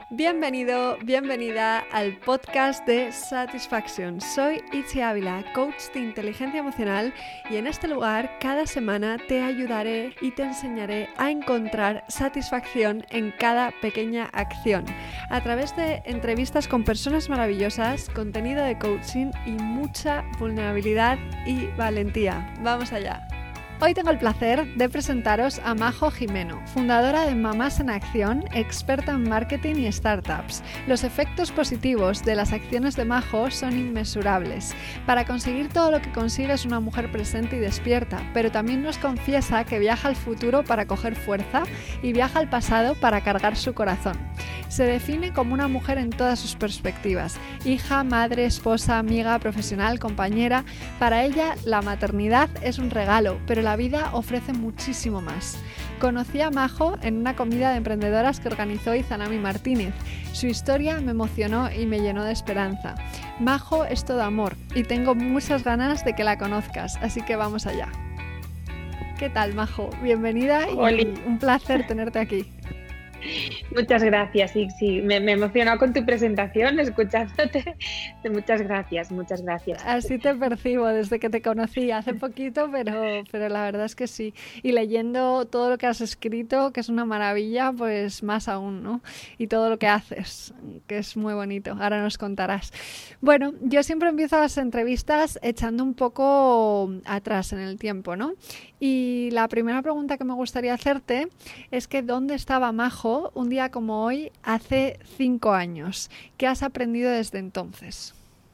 Bienvenido, bienvenida al podcast de Satisfaction. Soy Itzi Ávila, coach de inteligencia emocional, y en este lugar cada semana te ayudaré y te enseñaré a encontrar satisfacción en cada pequeña acción a través de entrevistas con personas maravillosas, contenido de coaching y mucha vulnerabilidad y valentía. ¡Vamos allá! Hoy tengo el placer de presentaros a Majo Jimeno, fundadora de Mamás en Acción, experta en marketing y startups. Los efectos positivos de las acciones de Majo son inmensurables. Para conseguir todo lo que consigue es una mujer presente y despierta, pero también nos confiesa que viaja al futuro para coger fuerza y viaja al pasado para cargar su corazón. Se define como una mujer en todas sus perspectivas: hija, madre, esposa, amiga, profesional, compañera. Para ella, la maternidad es un regalo, pero la vida ofrece muchísimo más. Conocí a Majo en una comida de emprendedoras que organizó Izanami Martínez. Su historia me emocionó y me llenó de esperanza. Majo es todo amor y tengo muchas ganas de que la conozcas, así que vamos allá. ¿Qué tal, Majo? Bienvenida y un placer tenerte aquí. Muchas gracias, sí, me emocionó con tu presentación, escuchándote. Muchas gracias. Así te percibo desde que te conocí hace poquito, pero la verdad es que sí. Y leyendo todo lo que has escrito, que es una maravilla, pues más aún, ¿no? Y todo lo que haces, que es muy bonito. Ahora nos contarás. Bueno, yo siempre empiezo las entrevistas echando un poco atrás en el tiempo, ¿no? Y la primera pregunta que me gustaría hacerte es que ¿dónde estaba Majo un día como hoy hace 5 años? ¿Qué has aprendido desde entonces?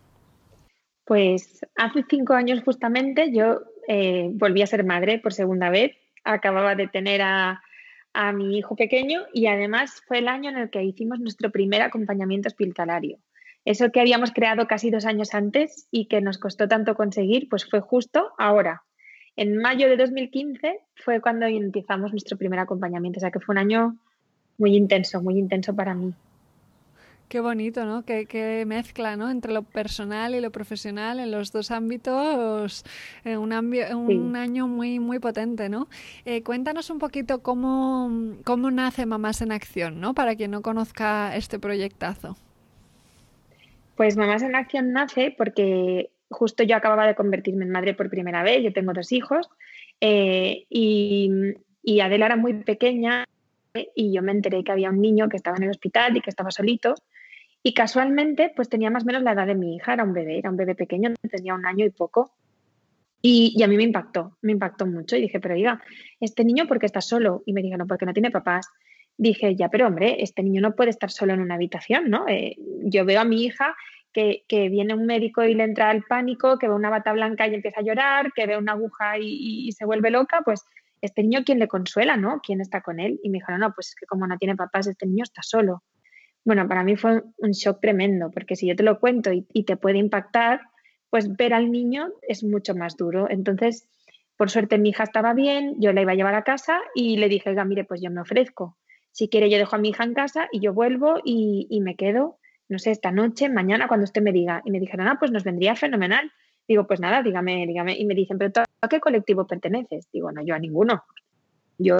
Pues hace 5 años justamente yo volví a ser madre por segunda vez. Acababa de tener a mi hijo pequeño y además fue el año en el que hicimos nuestro primer acompañamiento hospitalario. Eso que habíamos creado casi 2 años antes y que nos costó tanto conseguir, pues fue justo ahora. En mayo de 2015 fue cuando empezamos nuestro primer acompañamiento, o sea que fue un año muy intenso para mí. Qué bonito, ¿no? Qué mezcla, ¿no? Entre lo personal y lo profesional en los dos ámbitos, un año muy, muy potente, ¿no? Cuéntanos un poquito cómo nace Mamás en Acción, ¿no? Para quien no conozca este proyectazo. Pues Mamás en Acción nace porque justo yo acababa de convertirme en madre por primera vez, yo tengo 2 hijos, y Adela era muy pequeña y yo me enteré que había un niño que estaba en el hospital y que estaba solito. Y casualmente, pues tenía más o menos la edad de mi hija, era un bebé pequeño, tenía 1 año y poco. Y a mí me impactó mucho. Y dije, pero oiga, ¿este niño por qué está solo? Y me dijeron, porque no tiene papás. Dije, ya, pero hombre, este niño no puede estar solo en una habitación, ¿no? Yo veo a mi hija que viene un médico y le entra el pánico, que ve una bata blanca y empieza a llorar, que ve una aguja y se vuelve loca, pues este niño, ¿quién le consuela, no? ¿Quién está con él? Y me dijeron, no, pues es que como no tiene papás, este niño está solo. Bueno, para mí fue un shock tremendo, porque si yo te lo cuento y te puede impactar, pues ver al niño es mucho más duro. Entonces, por suerte mi hija estaba bien, yo la iba a llevar a casa y le dije, oiga, mire, pues yo me ofrezco. Si quiere, yo dejo a mi hija en casa y yo vuelvo y me quedo, no sé, esta noche, mañana, cuando usted me diga. Y me dijeron, pues nos vendría fenomenal. Digo, pues nada, dígame. Y me dicen, pero ¿tú a qué colectivo perteneces? Digo, no, yo a ninguno. Yo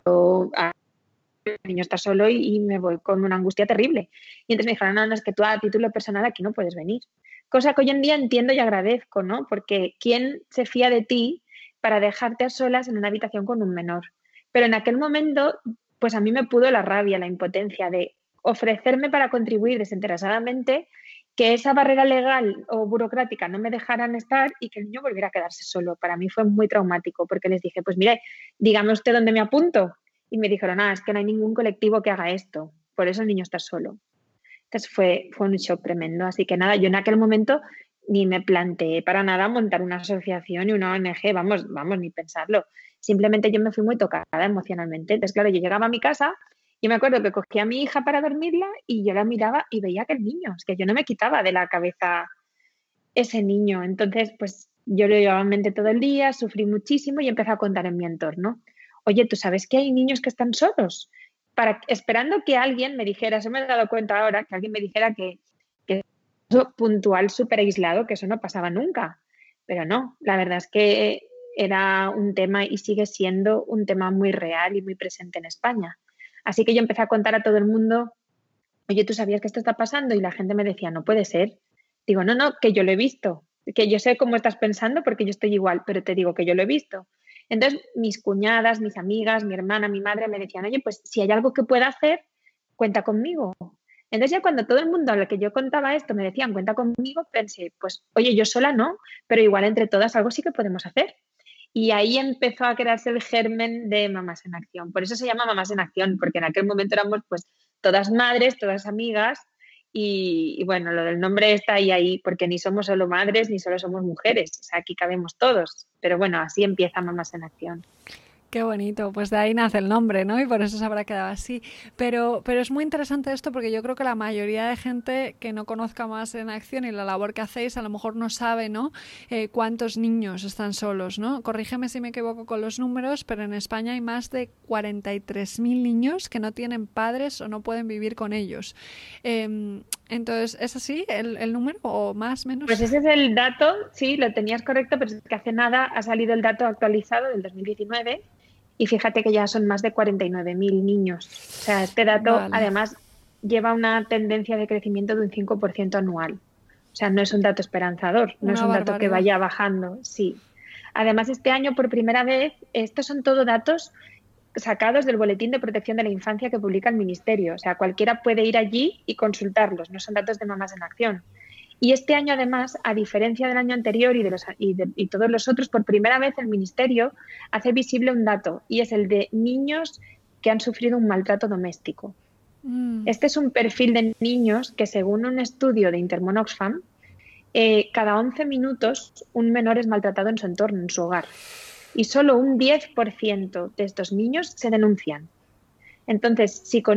el niño está solo y me voy con una angustia terrible. Y entonces me dijeron, no, es que tú a título personal aquí no puedes venir. Cosa que hoy en día entiendo y agradezco, ¿no? Porque ¿quién se fía de ti para dejarte a solas en una habitación con un menor? Pero en aquel momento, pues a mí me pudo la rabia, la impotencia de ofrecerme para contribuir desinteresadamente, que esa barrera legal o burocrática no me dejaran estar y que el niño volviera a quedarse solo. Para mí fue muy traumático porque les dije, pues mire, dígame usted dónde me apunto. Y me dijeron, es que no hay ningún colectivo que haga esto, por eso el niño está solo. Entonces fue un shock tremendo. Así que nada, yo en aquel momento ni me planteé para nada montar una asociación y una ONG, vamos, ni pensarlo. Simplemente yo me fui muy tocada emocionalmente. Entonces, claro, yo llegaba a mi casa y me acuerdo que cogía a mi hija para dormirla y yo la miraba y veía que el niño, es que yo no me quitaba de la cabeza ese niño. Entonces, pues yo lo llevaba en mente todo el día, sufrí muchísimo y empecé a contar en mi entorno. Oye, ¿tú sabes que hay niños que están solos? Esperando que alguien me dijera, eso me he dado cuenta ahora, que alguien me dijera que eso puntual, súper aislado, que eso no pasaba nunca. Pero no, la verdad es que era un tema y sigue siendo un tema muy real y muy presente en España. Así que yo empecé a contar a todo el mundo oye, ¿tú sabías que esto está pasando? Y la gente me decía, no puede ser. Digo, no, no, que yo lo he visto, que yo sé cómo estás pensando porque yo estoy igual, pero te digo que yo lo he visto. Entonces, mis cuñadas, mis amigas, mi hermana, mi madre me decían, oye, pues si hay algo que pueda hacer, cuenta conmigo. Entonces ya cuando todo el mundo a lo que yo contaba esto me decían, cuenta conmigo, pensé, pues oye, yo sola no, pero igual entre todas algo sí que podemos hacer. Y ahí empezó a crearse el germen de Mamás en Acción. Por eso se llama Mamás en Acción, porque en aquel momento éramos pues todas madres, todas amigas y bueno, lo del nombre está ahí, porque ni somos solo madres ni solo somos mujeres, o sea, aquí cabemos todos. Pero bueno, así empieza Mamás en Acción. Qué bonito, pues de ahí nace el nombre, ¿no? Y por eso se habrá quedado así. Pero es muy interesante esto porque yo creo que la mayoría de gente que no conozca Más en Acción y la labor que hacéis a lo mejor no sabe, ¿no? Cuántos niños están solos, ¿no? Corrígeme si me equivoco con los números, pero en España hay más de 43.000 niños que no tienen padres o no pueden vivir con ellos. Entonces, ¿es así el número o más, menos? Pues ese es el dato, sí, lo tenías correcto, pero es que hace nada ha salido el dato actualizado del 2019 y fíjate que ya son más de 49.000 niños. O sea, este dato Vale. además lleva una tendencia de crecimiento de un 5% anual. O sea, no es un dato esperanzador, no es Una un dato que barbaridad. vaya bajando, sí. Además, este año por primera vez, estos son todos datos sacados del Boletín de Protección de la Infancia que publica el Ministerio. O sea, cualquiera puede ir allí y consultarlos, no son datos de Mamás en Acción. Y este año, además, a diferencia del año anterior y todos los otros, por primera vez el Ministerio hace visible un dato y es el de niños que han sufrido un maltrato doméstico. Mm. Este es un perfil de niños que, según un estudio de Intermon Oxfam, cada 11 minutos un menor es maltratado en su entorno, en su hogar. Y solo un 10% de estos niños se denuncian. Entonces,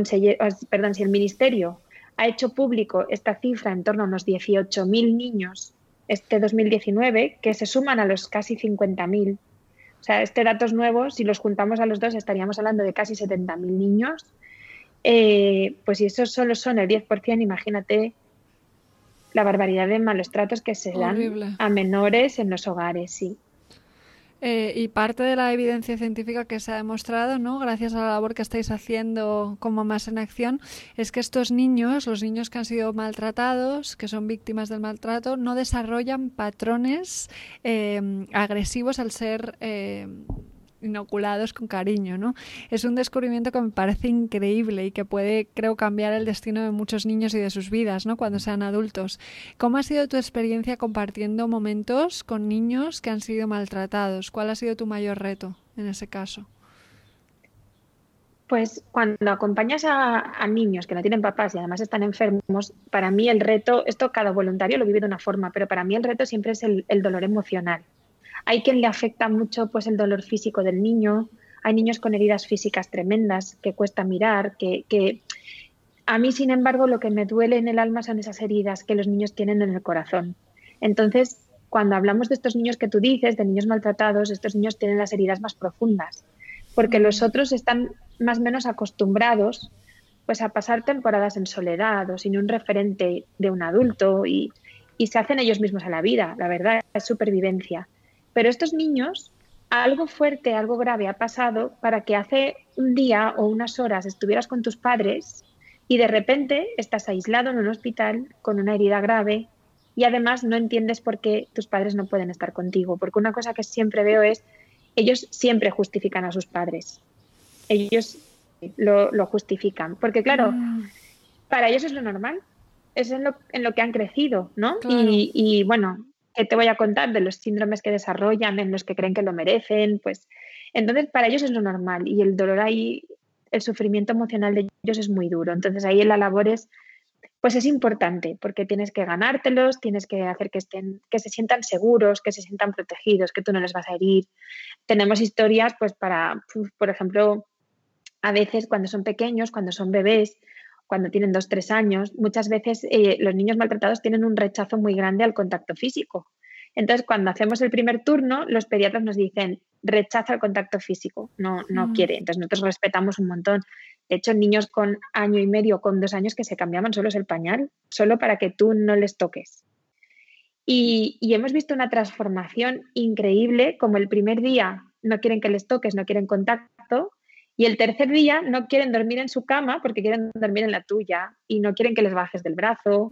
si el Ministerio ha hecho público esta cifra en torno a unos 18.000 niños este 2019, que se suman a los casi 50.000, o sea, este dato es nuevo, si los juntamos a los dos estaríamos hablando de casi 70.000 niños, pues si esos solo son el 10%, imagínate la barbaridad de malos tratos que se dan Horrible. a menores en los hogares, sí. Y parte de la evidencia científica que se ha demostrado, ¿no? Gracias a la labor que estáis haciendo como Más en Acción, es que estos niños, los niños que han sido maltratados, que son víctimas del maltrato, no desarrollan patrones agresivos al ser inoculados con cariño, ¿no? Es un descubrimiento que me parece increíble y que puede, creo, cambiar el destino de muchos niños y de sus vidas, ¿no? Cuando sean adultos. ¿Cómo ha sido tu experiencia compartiendo momentos con niños que han sido maltratados? ¿Cuál ha sido tu mayor reto en ese caso? Pues cuando acompañas a niños que no tienen papás y además están enfermos, para mí el reto, esto cada voluntario lo vive de una forma, pero para mí el reto siempre es el dolor emocional. Hay quien le afecta mucho pues el dolor físico del niño, hay niños con heridas físicas tremendas que cuesta mirar, que a mí, sin embargo, lo que me duele en el alma son esas heridas que los niños tienen en el corazón. Entonces, cuando hablamos de estos niños que tú dices, de niños maltratados, estos niños tienen las heridas más profundas, porque los Mm. otros están más o menos acostumbrados pues a pasar temporadas en soledad o sin un referente de un adulto y se hacen ellos mismos a la vida, la verdad, es supervivencia. Pero estos niños, algo fuerte, algo grave ha pasado para que hace un día o unas horas estuvieras con tus padres y de repente estás aislado en un hospital con una herida grave y además no entiendes por qué tus padres no pueden estar contigo. Porque una cosa que siempre veo es, ellos siempre justifican a sus padres. Ellos lo justifican. Porque claro, Mm, para ellos es lo normal, es en lo que han crecido, ¿no? claro. Y bueno, ¿qué te voy a contar de los síndromes que desarrollan, en los que creen que lo merecen? Pues entonces para ellos es lo normal y el dolor ahí, el sufrimiento emocional de ellos es muy duro. Entonces ahí en la labor pues es importante porque tienes que ganártelos, tienes que hacer que estén, que se sientan seguros, que se sientan protegidos, que tú no les vas a herir. Tenemos historias, pues para, por ejemplo, a veces cuando son pequeños, cuando son bebés, cuando tienen 2, 3 años, muchas veces los niños maltratados tienen un rechazo muy grande al contacto físico. Entonces, cuando hacemos el primer turno, los pediatras nos dicen, rechaza el contacto físico, no Mm. quiere. Entonces, nosotros respetamos un montón. De hecho, niños con año y medio, con 2 años, que se cambiaban solos el pañal, solo para que tú no les toques. Y hemos visto una transformación increíble, como el primer día no quieren que les toques, no quieren contacto, Y el tercer día no quieren dormir en su cama porque quieren dormir en la tuya y no quieren que les bajes del brazo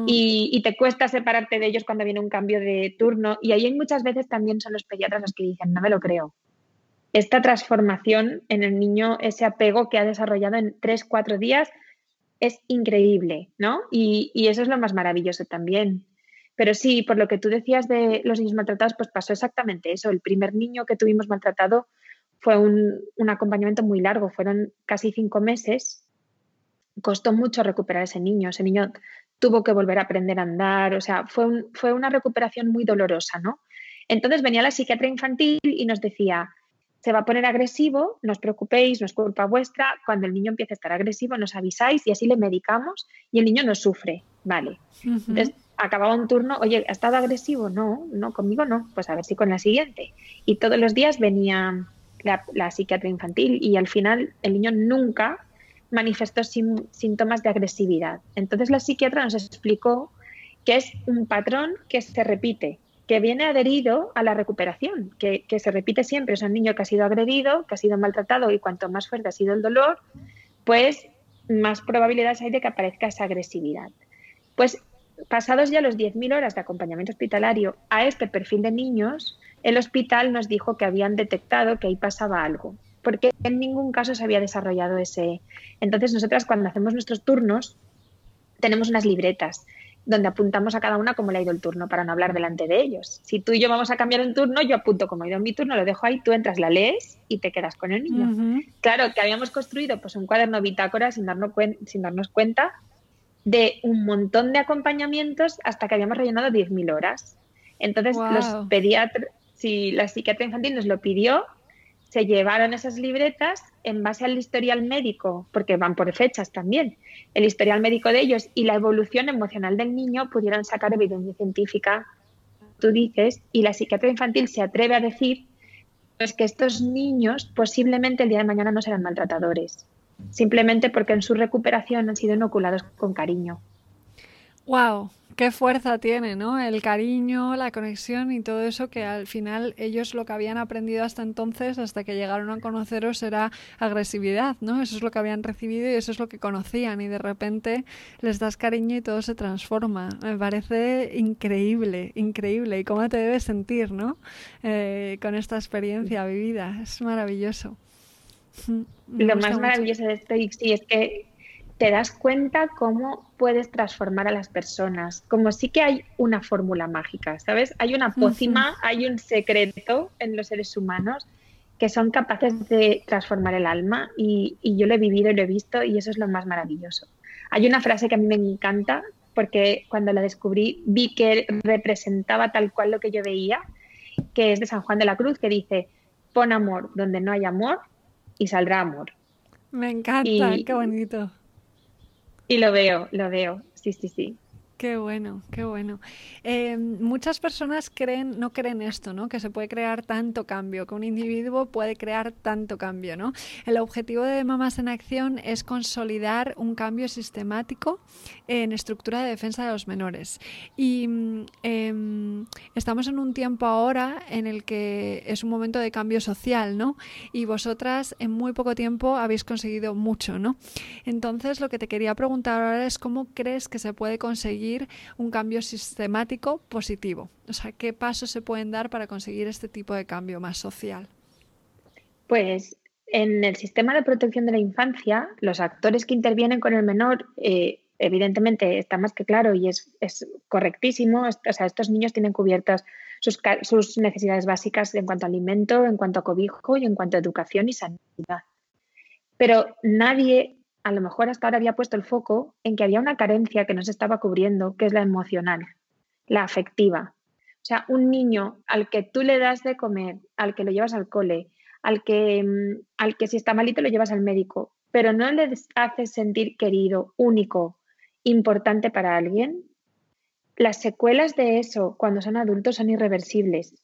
y te cuesta separarte de ellos cuando viene un cambio de turno. Y ahí hay muchas veces también son los pediatras los que dicen, no me lo creo. Esta transformación en el niño, ese apego que ha desarrollado en 3-4 días es increíble, ¿no? Y eso es lo más maravilloso también. Pero sí, por lo que tú decías de los niños maltratados, pues pasó exactamente eso. El primer niño que tuvimos maltratado fue un acompañamiento muy largo, fueron casi 5 meses. Costó mucho recuperar ese niño tuvo que volver a aprender a andar, o sea, fue una recuperación muy dolorosa, ¿no? Entonces venía la psiquiatra infantil y nos decía, se va a poner agresivo, no os preocupéis, no es culpa vuestra, cuando el niño empiece a estar agresivo nos avisáis y así le medicamos y el niño no sufre, vale. Entonces acababa un turno, oye, ¿ha estado agresivo? No, conmigo no, pues a ver si con la siguiente. Y todos los días venía la psiquiatra infantil y al final el niño nunca manifestó síntomas de agresividad. Entonces la psiquiatra nos explicó que es un patrón que se repite, que viene adherido a la recuperación, que se repite siempre. Es un niño que ha sido agredido, que ha sido maltratado y cuanto más fuerte ha sido el dolor, pues más probabilidades hay de que aparezca esa agresividad. Pues pasados ya los 10.000 horas de acompañamiento hospitalario a este perfil de niños, el hospital nos dijo que habían detectado que ahí pasaba algo, porque en ningún caso se había desarrollado ese. Entonces nosotras cuando hacemos nuestros turnos tenemos unas libretas donde apuntamos a cada una cómo le ha ido el turno para no hablar delante de ellos. Si tú y yo vamos a cambiar un turno, yo apunto cómo ha ido mi turno, lo dejo ahí, tú entras, la lees y te quedas con el niño. Claro, que habíamos construido pues un cuaderno bitácora sin darnos cuenta de un montón de acompañamientos hasta que habíamos rellenado 10.000 horas. Entonces, los pediatras, si la psiquiatra infantil nos lo pidió, se llevaron esas libretas en base al historial médico, porque van por fechas también, el historial médico de ellos y la evolución emocional del niño pudieron sacar evidencia científica, tú dices, y la psiquiatra infantil se atreve a decir pues, que estos niños posiblemente el día de mañana no serán maltratadores, simplemente porque en su recuperación han sido inoculados con cariño. ¡Wow! Qué fuerza tiene, ¿no? El cariño, la conexión y todo eso que al final ellos lo que habían aprendido hasta entonces, hasta que llegaron a conoceros, era agresividad, ¿no? Eso es lo que habían recibido y eso es lo que conocían y de repente les das cariño y todo se transforma. Me parece increíble, increíble. Y cómo te debes sentir, ¿no? Con esta experiencia vivida. Es maravilloso. Lo más maravilloso de esto, sí, es que te das cuenta cómo puedes transformar a las personas, como sí que hay una fórmula mágica, ¿sabes? Hay una pócima, hay un secreto en los seres humanos que son capaces de transformar el alma y yo lo he vivido y lo he visto y eso es lo más maravilloso. Hay una frase que a mí me encanta porque cuando la descubrí vi que representaba tal cual lo que yo veía, que es de San Juan de la Cruz, que dice, pon amor donde no hay amor y saldrá amor. Me encanta, qué bonito. Y lo veo, sí. Qué bueno, qué bueno. Muchas personas no creen esto, ¿no? Que se puede crear tanto cambio, que un individuo puede crear tanto cambio, ¿no? El objetivo de Mamás en Acción es consolidar un cambio sistemático en estructura de defensa de los menores. Y estamos en un tiempo ahora en el que es un momento de cambio social, ¿no? Y vosotras en muy poco tiempo habéis conseguido mucho, ¿no? Entonces, lo que te quería preguntar ahora es cómo crees que se puede conseguir un cambio sistemático positivo. O sea, ¿qué pasos se pueden dar para conseguir este tipo de cambio más social? Pues en el sistema de protección de la infancia, los actores que intervienen con el menor, evidentemente está más que claro y es correctísimo. O sea, estos niños tienen cubiertas sus necesidades básicas en cuanto a alimento, en cuanto a cobijo y en cuanto a educación y sanidad. Pero nadie, a lo mejor hasta ahora, había puesto el foco en que había una carencia que no se estaba cubriendo, que es la emocional, la afectiva. O sea, un niño al que tú le das de comer, al que lo llevas al cole, al que si está malito lo llevas al médico, pero no le haces sentir querido, único, importante para alguien, las secuelas de eso cuando son adultos son irreversibles.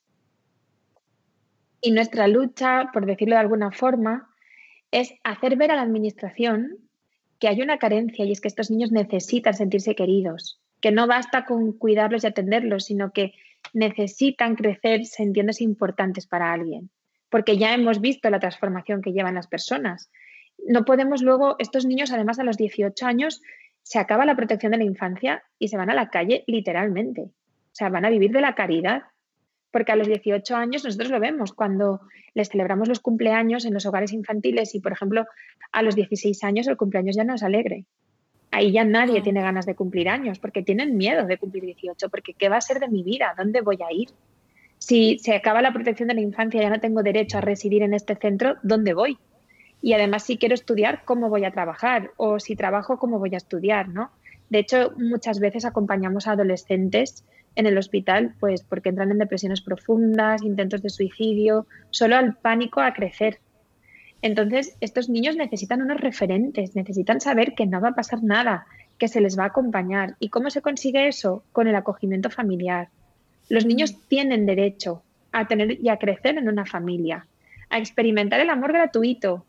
Y nuestra lucha, por decirlo de alguna forma, es hacer ver a la administración que hay una carencia y es que estos niños necesitan sentirse queridos, que no basta con cuidarlos y atenderlos, sino que necesitan crecer sintiéndose importantes para alguien. porque ya hemos visto la transformación que llevan las personas. No podemos luego, estos niños además a los 18 años se acaba la protección de la infancia y se van a la calle literalmente. O sea, van a vivir de la caridad. Porque a los 18 años nosotros lo vemos cuando les celebramos los cumpleaños en los hogares infantiles y, por ejemplo, a los 16 años el cumpleaños ya no es alegre. Ahí ya nadie tiene ganas de cumplir años porque tienen miedo de cumplir 18, porque ¿qué va a ser de mi vida? ¿Dónde voy a ir? Si se acaba la protección de la infancia, ya no tengo derecho a residir en este centro, ¿dónde voy? Y además, si quiero estudiar, ¿cómo voy a trabajar? O si trabajo, ¿cómo voy a estudiar? ¿No? De hecho, muchas veces acompañamos a adolescentes en el hospital, pues porque entran en depresiones profundas, intentos de suicidio, solo al pánico a crecer. Entonces, estos niños necesitan unos referentes, necesitan saber que no va a pasar nada, que se les va a acompañar. ¿Y cómo se consigue eso? Con el acogimiento familiar. Los niños tienen derecho a tener y a crecer en una familia, a experimentar el amor gratuito,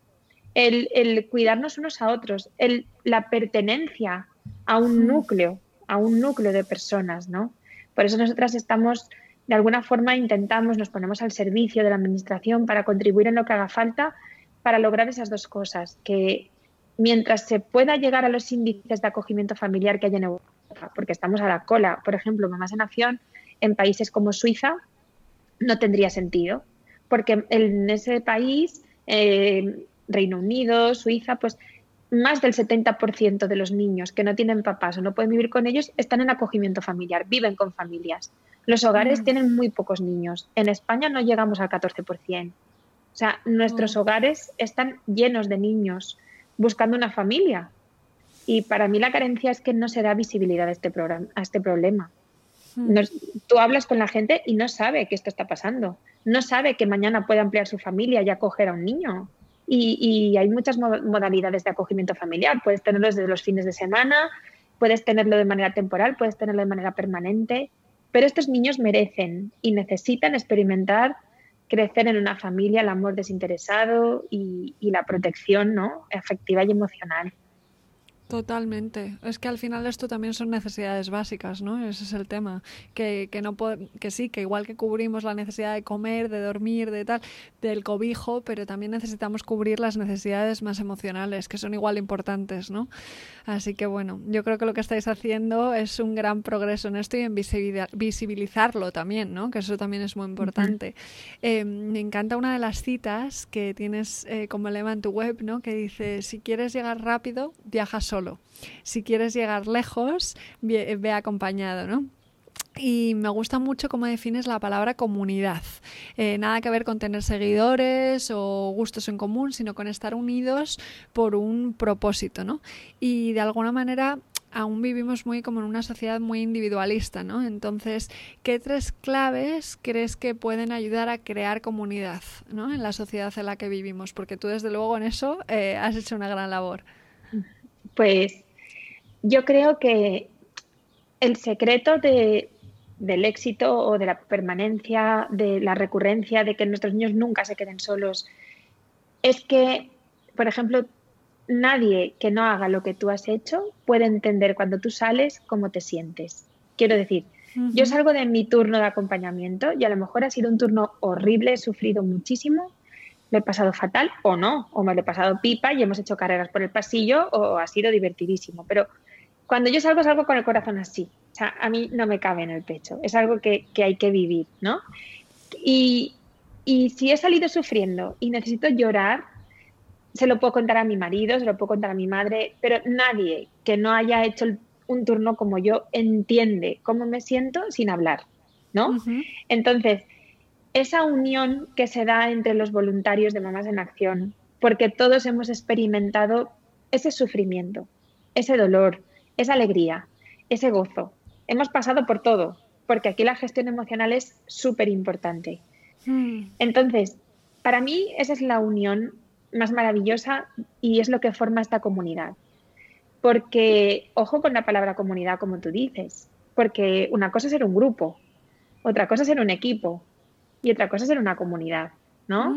el cuidarnos unos a otros, la pertenencia a un núcleo de personas, ¿no? Por eso nosotras estamos, de alguna forma, nos ponemos al servicio de la administración para contribuir en lo que haga falta para lograr esas dos cosas, que mientras se pueda llegar a los índices de acogimiento familiar que hay en Europa, porque estamos a la cola, por ejemplo, Mamás en Acción, en países como Suiza, no tendría sentido, porque en ese país, Reino Unido, Suiza, pues más del 70% de los niños que no tienen papás o no pueden vivir con ellos están en acogimiento familiar, viven con familias. Los hogares tienen muy pocos niños. En España no llegamos al 14%. O sea, nuestros hogares están llenos de niños buscando una familia. Y para mí la carencia es que no se da visibilidad a este problema. Tú hablas con la gente y no sabe que esto está pasando. No sabe que mañana puede ampliar su familia y acoger a un niño. Y hay muchas modalidades de acogimiento familiar. Puedes tenerlo desde los fines de semana, puedes tenerlo de manera temporal, puedes tenerlo de manera permanente. Pero estos niños merecen y necesitan experimentar crecer en una familia, el amor desinteresado y la protección, ¿no?, afectiva y emocional. Totalmente. Es que al final esto también son necesidades básicas, ¿no? Ese es el tema. Que sí, que igual que cubrimos la necesidad de comer, de dormir, de tal, del cobijo, pero también necesitamos cubrir las necesidades más emocionales, que son igual importantes, ¿no? Así que bueno, yo creo que lo que estáis haciendo es un gran progreso en esto y en visibilizarlo también, ¿no? Que eso también es muy importante. Me encanta una de las citas que tienes como lema en tu web, ¿no? Que dice, si quieres llegar rápido, viaja solo. Si quieres llegar lejos, ve acompañado, ¿no? Y me gusta mucho cómo defines la palabra comunidad. Nada que ver con tener seguidores o gustos en común, sino con estar unidos por un propósito, ¿no? Y de alguna manera aún vivimos muy como en una sociedad muy individualista, ¿no? Entonces, ¿qué 3 claves crees que pueden ayudar a crear comunidad, ¿no?, en la sociedad en la que vivimos? Porque tú, desde luego, en eso has hecho una gran labor. Pues yo creo que el secreto del éxito o de la permanencia, de la recurrencia, de que nuestros niños nunca se queden solos, es que, por ejemplo, nadie que no haga lo que tú has hecho puede entender cuando tú sales cómo te sientes. Quiero decir, yo salgo de mi turno de acompañamiento y a lo mejor ha sido un turno horrible, he sufrido muchísimo, lo he pasado fatal o no, o me lo he pasado pipa y hemos hecho carreras por el pasillo o ha sido divertidísimo. Pero cuando yo salgo con el corazón así. O sea, a mí no me cabe en el pecho. Es algo que hay que vivir, ¿no? Y si he salido sufriendo y necesito llorar, se lo puedo contar a mi marido, se lo puedo contar a mi madre, pero nadie que no haya hecho un turno como yo entiende cómo me siento sin hablar, ¿no? Entonces, esa unión que se da entre los voluntarios de Mamás en Acción, porque todos hemos experimentado ese sufrimiento, ese dolor, esa alegría, ese gozo. Hemos pasado por todo, porque aquí la gestión emocional es súper importante. Entonces, para mí esa es la unión más maravillosa y es lo que forma esta comunidad. Porque, ojo con la palabra comunidad, como tú dices, porque una cosa es ser un grupo, otra cosa es ser un equipo, y otra cosa es ser una comunidad, ¿no?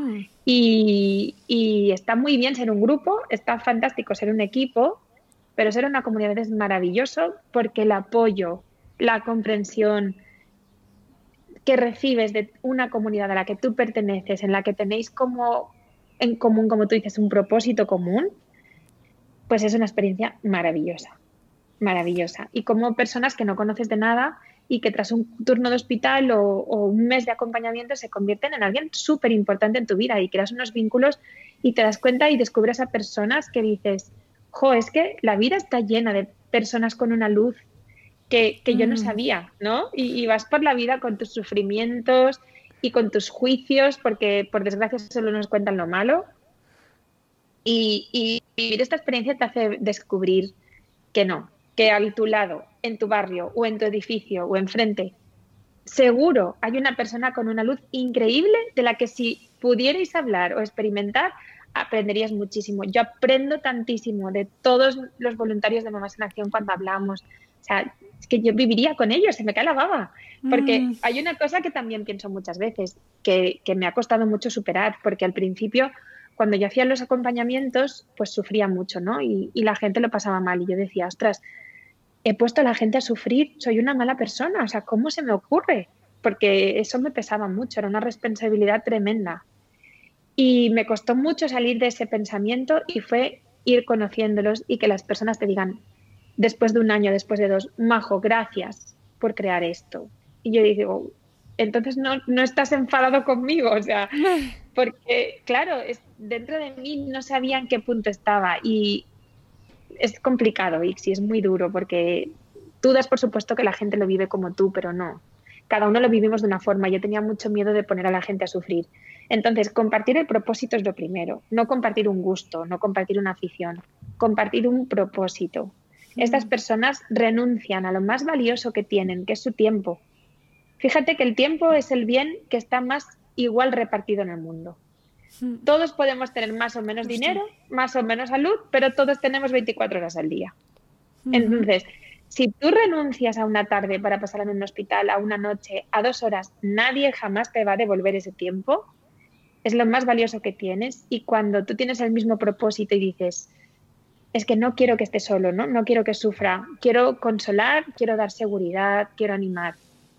Y está muy bien ser un grupo, está fantástico ser un equipo, pero ser una comunidad es maravilloso porque el apoyo, la comprensión, que recibes de una comunidad a la que tú perteneces, en la que tenéis como en común, como tú dices, un propósito común, pues es una experiencia maravillosa, maravillosa. Y como personas que no conoces de nada y que tras un turno de hospital o un mes de acompañamiento se convierten en alguien súper importante en tu vida y creas unos vínculos y te das cuenta y descubres a personas que dices, jo, es que la vida está llena de personas con una luz que yo no sabía, ¿no? Y vas por la vida con tus sufrimientos y con tus juicios, porque por desgracia solo nos cuentan lo malo. Y vivir esta experiencia te hace descubrir que no, que a tu lado, en tu barrio o en tu edificio o enfrente, seguro hay una persona con una luz increíble de la que si pudierais hablar o experimentar, aprenderías muchísimo. Yo aprendo tantísimo de todos los voluntarios de Mamás en Acción cuando hablamos. O sea, es que yo viviría con ellos, se me cae la baba. Porque hay una cosa que también pienso muchas veces, que me ha costado mucho superar, porque al principio, cuando yo hacía los acompañamientos, pues sufría mucho, ¿no? Y la gente lo pasaba mal. Y yo decía, ostras, he puesto a la gente a sufrir, soy una mala persona, o sea, ¿cómo se me ocurre? Porque eso me pesaba mucho, era una responsabilidad tremenda. Y me costó mucho salir de ese pensamiento y fue ir conociéndolos y que las personas te digan, después de un año, después de 2, Majo, gracias por crear esto. Y yo digo, entonces no estás enfadado conmigo, o sea, porque claro, dentro de mí no sabía en qué punto estaba y es complicado, Ixi, es muy duro porque tú das por supuesto que la gente lo vive como tú, pero no. Cada uno lo vivimos de una forma. Yo tenía mucho miedo de poner a la gente a sufrir. Entonces, compartir el propósito es lo primero. No compartir un gusto, no compartir una afición, compartir un propósito. Estas personas renuncian a lo más valioso que tienen, que es su tiempo. Fíjate que el tiempo es el bien que está más igual repartido en el mundo. Todos podemos tener más o menos dinero, más o menos salud, pero todos tenemos 24 horas al día. Entonces, si tú renuncias a una tarde para pasar en un hospital, a una noche, a 2 horas, nadie jamás te va a devolver ese tiempo. Es lo más valioso que tienes. Y cuando tú tienes el mismo propósito y dices, es que no quiero que esté solo, ¿no? No quiero que sufra, quiero consolar, quiero dar seguridad, quiero animar.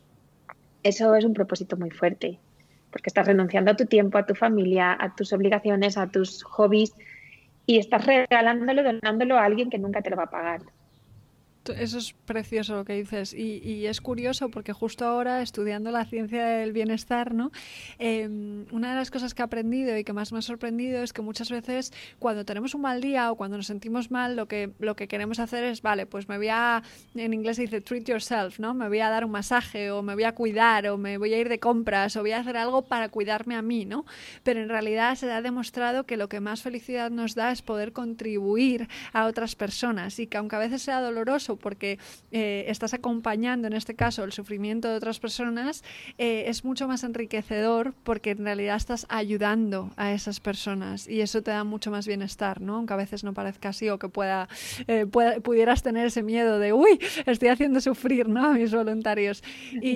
Eso es un propósito muy fuerte, porque estás renunciando a tu tiempo, a tu familia, a tus obligaciones, a tus hobbies y estás regalándolo, donándolo a alguien que nunca te lo va a pagar. Eso es precioso lo que dices y es curioso porque justo ahora estudiando la ciencia del bienestar, ¿no? Una de las cosas que he aprendido y que más me ha sorprendido es que muchas veces cuando tenemos un mal día o cuando nos sentimos mal lo que queremos hacer es, vale, pues en inglés se dice treat yourself, ¿no? Me voy a dar un masaje o me voy a cuidar o me voy a ir de compras o voy a hacer algo para cuidarme a mí, ¿no? Pero en realidad se ha demostrado que lo que más felicidad nos da es poder contribuir a otras personas y que aunque a veces sea doloroso porque estás acompañando en este caso el sufrimiento de otras personas, es mucho más enriquecedor porque en realidad estás ayudando a esas personas y eso te da mucho más bienestar, ¿no? Aunque a veces no parezca así o que pudieras tener ese miedo de uy, estoy haciendo sufrir, ¿no? A mis voluntarios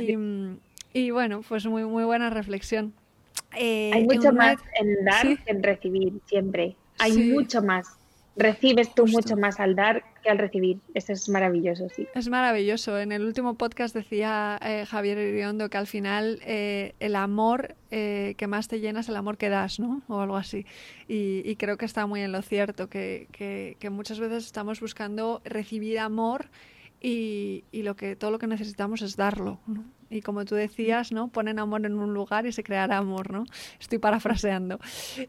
y bueno, pues muy, muy buena reflexión. Hay mucho más en dar que en recibir, siempre. Hay mucho más. Recibes tú mucho más al dar que al recibir. Eso es maravilloso, sí. Es maravilloso. En el último podcast decía Javier Iriondo que al final el amor que más te llena es el amor que das, ¿no? O algo así. Y creo que está muy en lo cierto, que muchas veces estamos buscando recibir amor y todo lo que necesitamos es darlo, ¿no? Y como tú decías, ¿no? Ponen amor en un lugar y se creará amor, ¿no? Estoy parafraseando.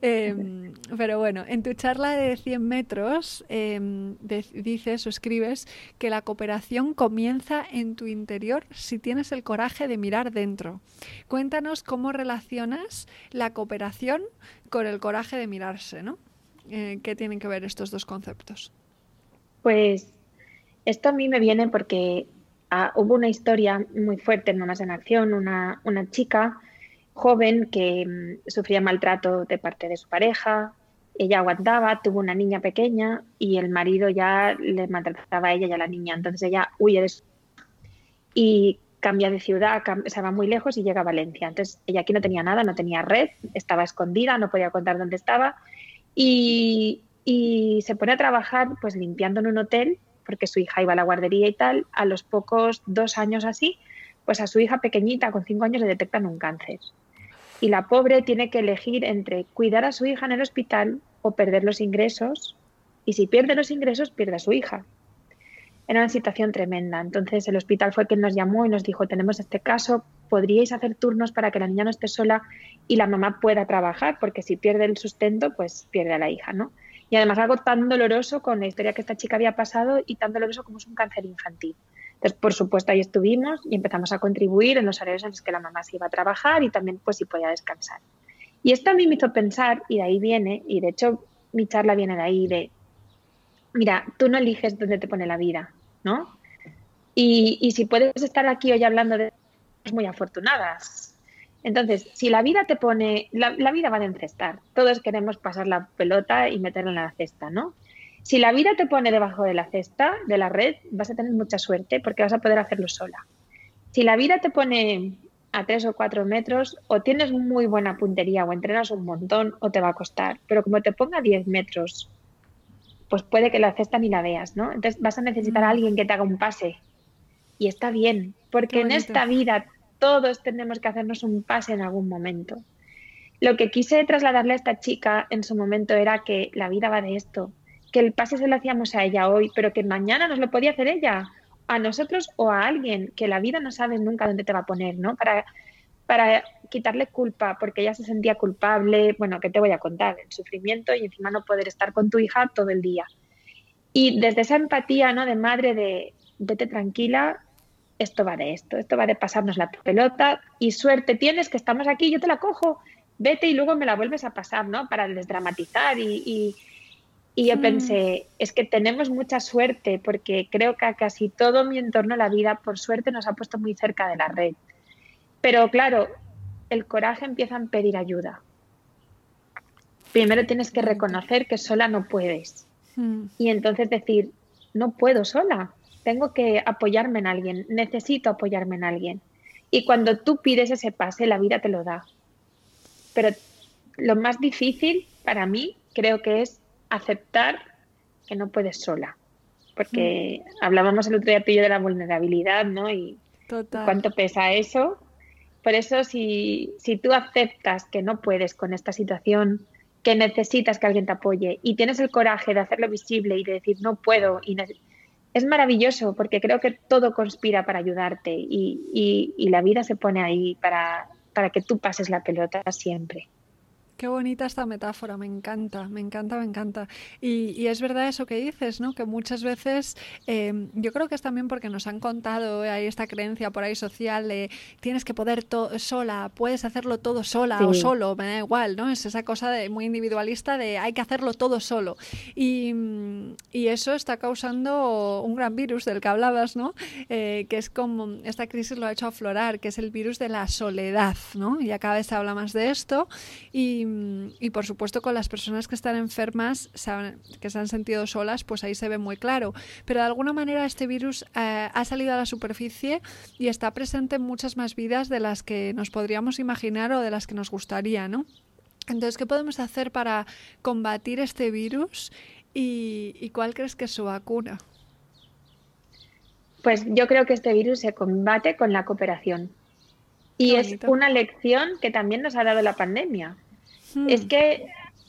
Pero bueno, en tu charla de 100 metros dices o escribes que la cooperación comienza en tu interior si tienes el coraje de mirar dentro. Cuéntanos cómo relacionas la cooperación con el coraje de mirarse, ¿no? ¿Qué tienen que ver estos dos conceptos? Pues esto a mí me viene porque hubo una historia muy fuerte en Mamás en Acción, una chica joven que sufría maltrato de parte de su pareja, ella aguantaba, tuvo una niña pequeña y el marido ya le maltrataba a ella y a la niña, entonces ella huye de eso y cambia de ciudad, se va muy lejos y llega a Valencia. Entonces ella aquí no tenía nada, no tenía red, estaba escondida, no podía contar dónde estaba y se pone a trabajar pues limpiando en un hotel porque su hija iba a la guardería y tal. A los pocos 2 años así, pues a su hija pequeñita con 5 años le detectan un cáncer. Y la pobre tiene que elegir entre cuidar a su hija en el hospital o perder los ingresos. Y si pierde los ingresos, pierde a su hija. Era una situación tremenda. Entonces el hospital fue quien nos llamó y nos dijo, tenemos este caso, ¿podríais hacer turnos para que la niña no esté sola y la mamá pueda trabajar? Porque si pierde el sustento, pues pierde a la hija, ¿no? Y además algo tan doloroso con la historia que esta chica había pasado y tan doloroso como es un cáncer infantil. Entonces, por supuesto, ahí estuvimos y empezamos a contribuir en los horarios en los que la mamá se iba a trabajar y también pues si podía descansar. Y esto a mí me hizo pensar, y de ahí viene, y de hecho mi charla viene de ahí, de, mira, tú no eliges dónde te pone la vida, ¿no? Y si puedes estar aquí hoy hablando de cosas muy afortunadas. Entonces, si la vida te pone, la vida va de encestar. Todos queremos pasar la pelota y meterla en la cesta, ¿no? Si la vida te pone debajo de la cesta, de la red, vas a tener mucha suerte porque vas a poder hacerlo sola. Si la vida te pone a 3 o 4 metros, o tienes muy buena puntería o entrenas un montón o te va a costar. Pero como te ponga a 10 metros, pues puede que la cesta ni la veas, ¿no? Entonces vas a necesitar a alguien que te haga un pase. Y está bien, Qué porque en bonito. esta vida todos tenemos que hacernos un pase en algún momento. Lo que quise trasladarle a esta chica en su momento era que la vida va de esto, que el pase se lo hacíamos a ella hoy, pero que mañana nos lo podía hacer ella, a nosotros o a alguien, que la vida no sabes nunca dónde te va a poner, ¿no? Para quitarle culpa, porque ella se sentía culpable, bueno, ¿qué te voy a contar? El sufrimiento y encima no poder estar con tu hija todo el día. Y desde esa empatía, ¿no? De madre, de vete tranquila, esto va de esto va de pasarnos la pelota y suerte tienes que estamos aquí, yo te la cojo, vete y luego me la vuelves a pasar, ¿no? Para desdramatizar y yo pensé, es que tenemos mucha suerte porque creo que a casi todo mi entorno, la vida, por suerte, nos ha puesto muy cerca de la red. Pero claro, el coraje empieza a pedir ayuda. Primero tienes que reconocer que sola no puedes. Y entonces decir, no puedo sola, tengo que apoyarme en alguien, necesito apoyarme en alguien. Y cuando tú pides ese pase, la vida te lo da. Pero lo más difícil para mí creo que es aceptar que no puedes sola. Porque hablábamos el otro día tú y yo de la vulnerabilidad, ¿no? Y cuánto pesa eso. Por eso, si tú aceptas que no puedes con esta situación, que necesitas que alguien te apoye y tienes el coraje de hacerlo visible y de decir no puedo, es maravilloso porque creo que todo conspira para ayudarte y la vida se pone ahí para que tú pases la pelota siempre. Qué bonita esta metáfora, me encanta, me encanta, me encanta. Y es verdad eso que dices, ¿no? Que muchas veces, yo creo que es también porque nos han contado, hay esta creencia por ahí social de tienes que poder sola, puedes hacerlo todo sola o solo, me da igual, ¿no? Es esa cosa muy individualista de hay que hacerlo todo solo. Y eso está causando un gran virus del que hablabas, ¿no? Que es como, esta crisis lo ha hecho aflorar, que es el virus de la soledad, ¿no? Y cada vez se habla más de esto y por supuesto con las personas que están enfermas, que se han sentido solas, pues ahí se ve muy claro. Pero de alguna manera este virus ha salido a la superficie y está presente en muchas más vidas de las que nos podríamos imaginar o de las que nos gustaría, ¿no? Entonces, ¿qué podemos hacer para combatir este virus y cuál crees que es su vacuna? Pues yo creo que este virus se combate con la cooperación. Y es una lección que también nos ha dado la pandemia. Es que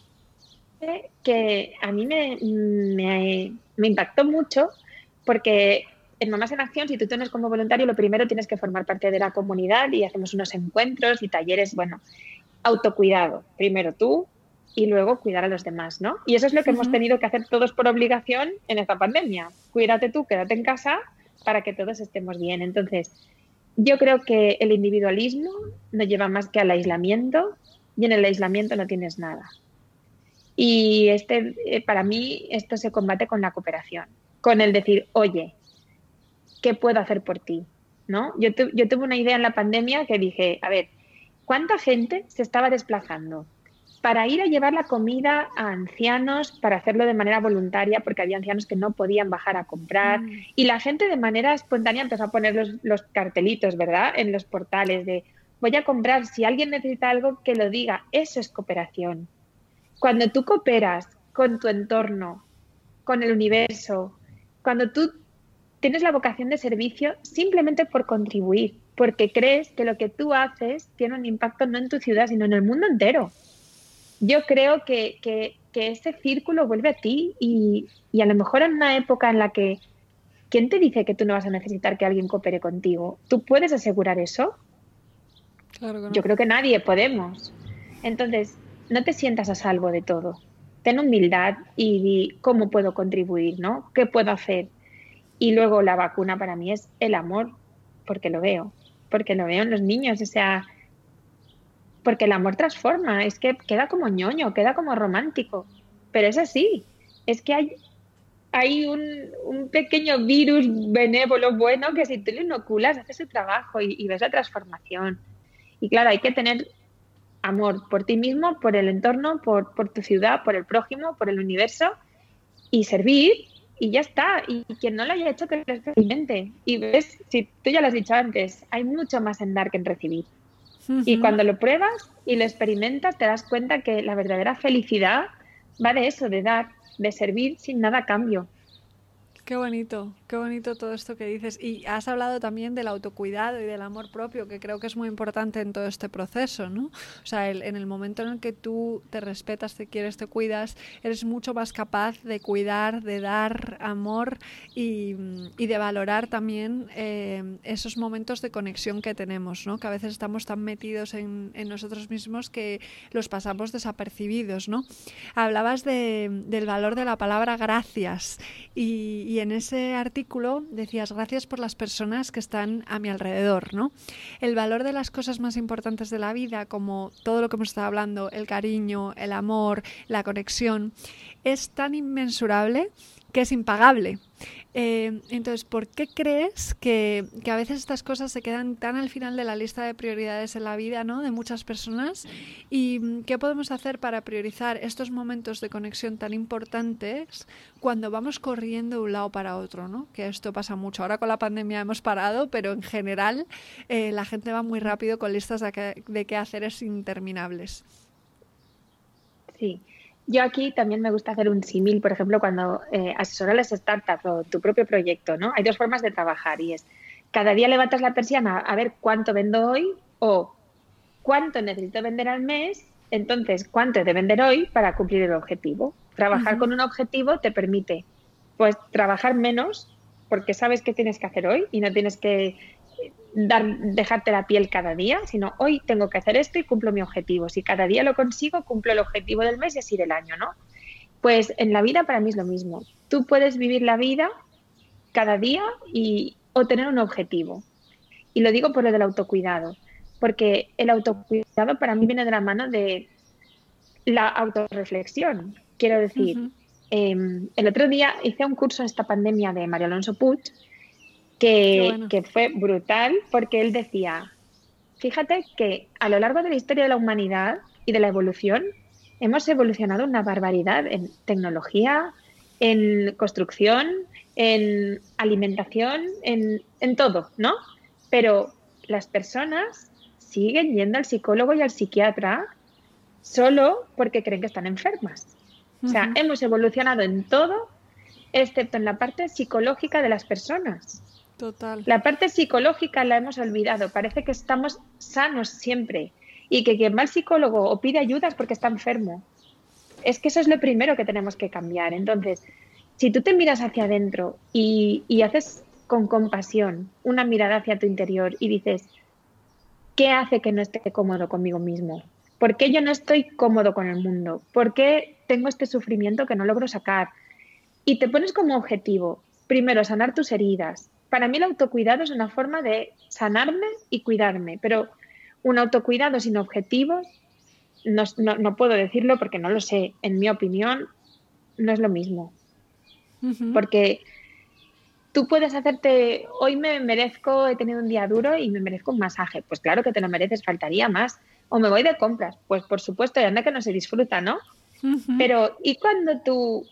a mí me impactó mucho porque en Mamás en Acción, si tú tienes como voluntario, lo primero tienes que formar parte de la comunidad y hacemos unos encuentros y talleres, bueno, autocuidado. Primero tú y luego cuidar a los demás, ¿no? Y eso es lo que hemos tenido que hacer todos por obligación en esta pandemia. Cuídate tú, quédate en casa para que todos estemos bien. Entonces, yo creo que el individualismo no lleva más que al aislamiento y en el aislamiento no tienes nada. Y para mí esto se combate con la cooperación, con el decir, oye, ¿qué puedo hacer por ti? ¿No? Yo tuve una idea en la pandemia que dije, a ver, ¿cuánta gente se estaba desplazando para ir a llevar la comida a ancianos, para hacerlo de manera voluntaria, porque había ancianos que no podían bajar a comprar? Y la gente de manera espontánea empezó a poner los cartelitos, ¿verdad?, en los portales de voy a comprar, si alguien necesita algo, que lo diga. Eso es cooperación. Cuando tú cooperas con tu entorno, con el universo, cuando tú tienes la vocación de servicio simplemente por contribuir, porque crees que lo que tú haces tiene un impacto no en tu ciudad, sino en el mundo entero. Yo creo que ese círculo vuelve a ti y a lo mejor en una época en la que, ¿quién te dice que tú no vas a necesitar que alguien coopere contigo? ¿Tú puedes asegurar eso? Claro que Yo no. creo que nadie podemos. Entonces, no te sientas a salvo de todo. Ten humildad y di cómo puedo contribuir, ¿no? ¿Qué puedo hacer? Y luego la vacuna para mí es el amor, porque lo veo en los niños, o sea, porque el amor transforma, es que queda como ñoño, queda como romántico, pero es así, es que hay un pequeño virus benévolo bueno que si tú lo inoculas hace su trabajo y ves la transformación. Y claro, hay que tener amor por ti mismo, por el entorno, por tu ciudad, por el prójimo, por el universo y servir y ya está. Y quien no lo haya hecho, que lo experimente. Y ves, si tú ya lo has dicho antes, hay mucho más en dar que en recibir. Y Ujú. cuando lo pruebas y lo experimentas, te das cuenta que la verdadera felicidad va de eso, de dar, de servir sin nada a cambio. Qué bonito todo esto que dices. Y has hablado también del autocuidado y del amor propio, que creo que es muy importante en todo este proceso, ¿no? O sea, en el momento en el que tú te respetas, te quieres, te cuidas, eres mucho más capaz de cuidar, de dar amor y de valorar también esos momentos de conexión que tenemos, ¿no? Que a veces estamos tan metidos en nosotros mismos que los pasamos desapercibidos, ¿no? Hablabas del valor de la palabra gracias y en ese artículo decías gracias por las personas que están a mi alrededor, ¿no? El valor de las cosas más importantes de la vida, como todo lo que hemos estado hablando, el cariño, el amor, la conexión, es tan inmensurable que es impagable. Entonces, ¿por qué crees que a veces estas cosas se quedan tan al final de la lista de prioridades en la vida, ¿no? De muchas personas? ¿Y qué podemos hacer para priorizar estos momentos de conexión tan importantes cuando vamos corriendo de un lado para otro, ¿no? Que esto pasa mucho. Ahora con la pandemia hemos parado, pero en general la gente va muy rápido con listas de quehaceres interminables. Sí. Yo aquí también me gusta hacer un símil, por ejemplo, cuando asesoras las startups o tu propio proyecto, ¿no? Hay dos formas de trabajar y es cada día levantas la persiana a ver cuánto vendo hoy o cuánto necesito vender al mes, entonces cuánto he de vender hoy para cumplir el objetivo. Trabajar Ujú. con un objetivo te permite, pues, trabajar menos porque sabes qué tienes que hacer hoy y no tienes que dejarte la piel cada día, sino hoy tengo que hacer esto y cumplo mi objetivo. Si cada día lo consigo, cumplo el objetivo del mes y así del año, ¿no? Pues en la vida para mí es lo mismo. Tú puedes vivir la vida cada día o tener un objetivo. Y lo digo por lo del autocuidado, porque el autocuidado para mí viene de la mano de la autorreflexión. Quiero decir, Ujú. el otro día hice un curso en esta pandemia de Mario Alonso Puig Qué bueno. que fue brutal porque él decía, fíjate que a lo largo de la historia de la humanidad y de la evolución, hemos evolucionado una barbaridad en tecnología, en construcción, en alimentación, en todo, ¿no? Pero las personas siguen yendo al psicólogo y al psiquiatra solo porque creen que están enfermas. O sea, Ujú. hemos evolucionado en todo, excepto en la parte psicológica de las personas. Total. La parte psicológica la hemos olvidado. Parece que estamos sanos siempre y que quien va al psicólogo o pide ayuda es porque está enfermo. Es que eso es lo primero que tenemos que cambiar. Entonces, si tú te miras hacia adentro y haces con compasión una mirada hacia tu interior y dices, ¿qué hace que no esté cómodo conmigo mismo? ¿Por qué yo no estoy cómodo con el mundo? ¿Por qué tengo este sufrimiento que no logro sacar? Y te pones como objetivo, primero, sanar tus heridas. Para mí el autocuidado es una forma de sanarme y cuidarme, pero un autocuidado sin objetivos, no puedo decirlo porque no lo sé, en mi opinión, no es lo mismo. Ujú. Porque tú puedes hacerte, hoy me merezco, he tenido un día duro y me merezco un masaje. Pues claro que te lo mereces, faltaría más. O me voy de compras, pues por supuesto, y anda que no se disfruta, ¿no? Ujú. Pero ¿y cuando tú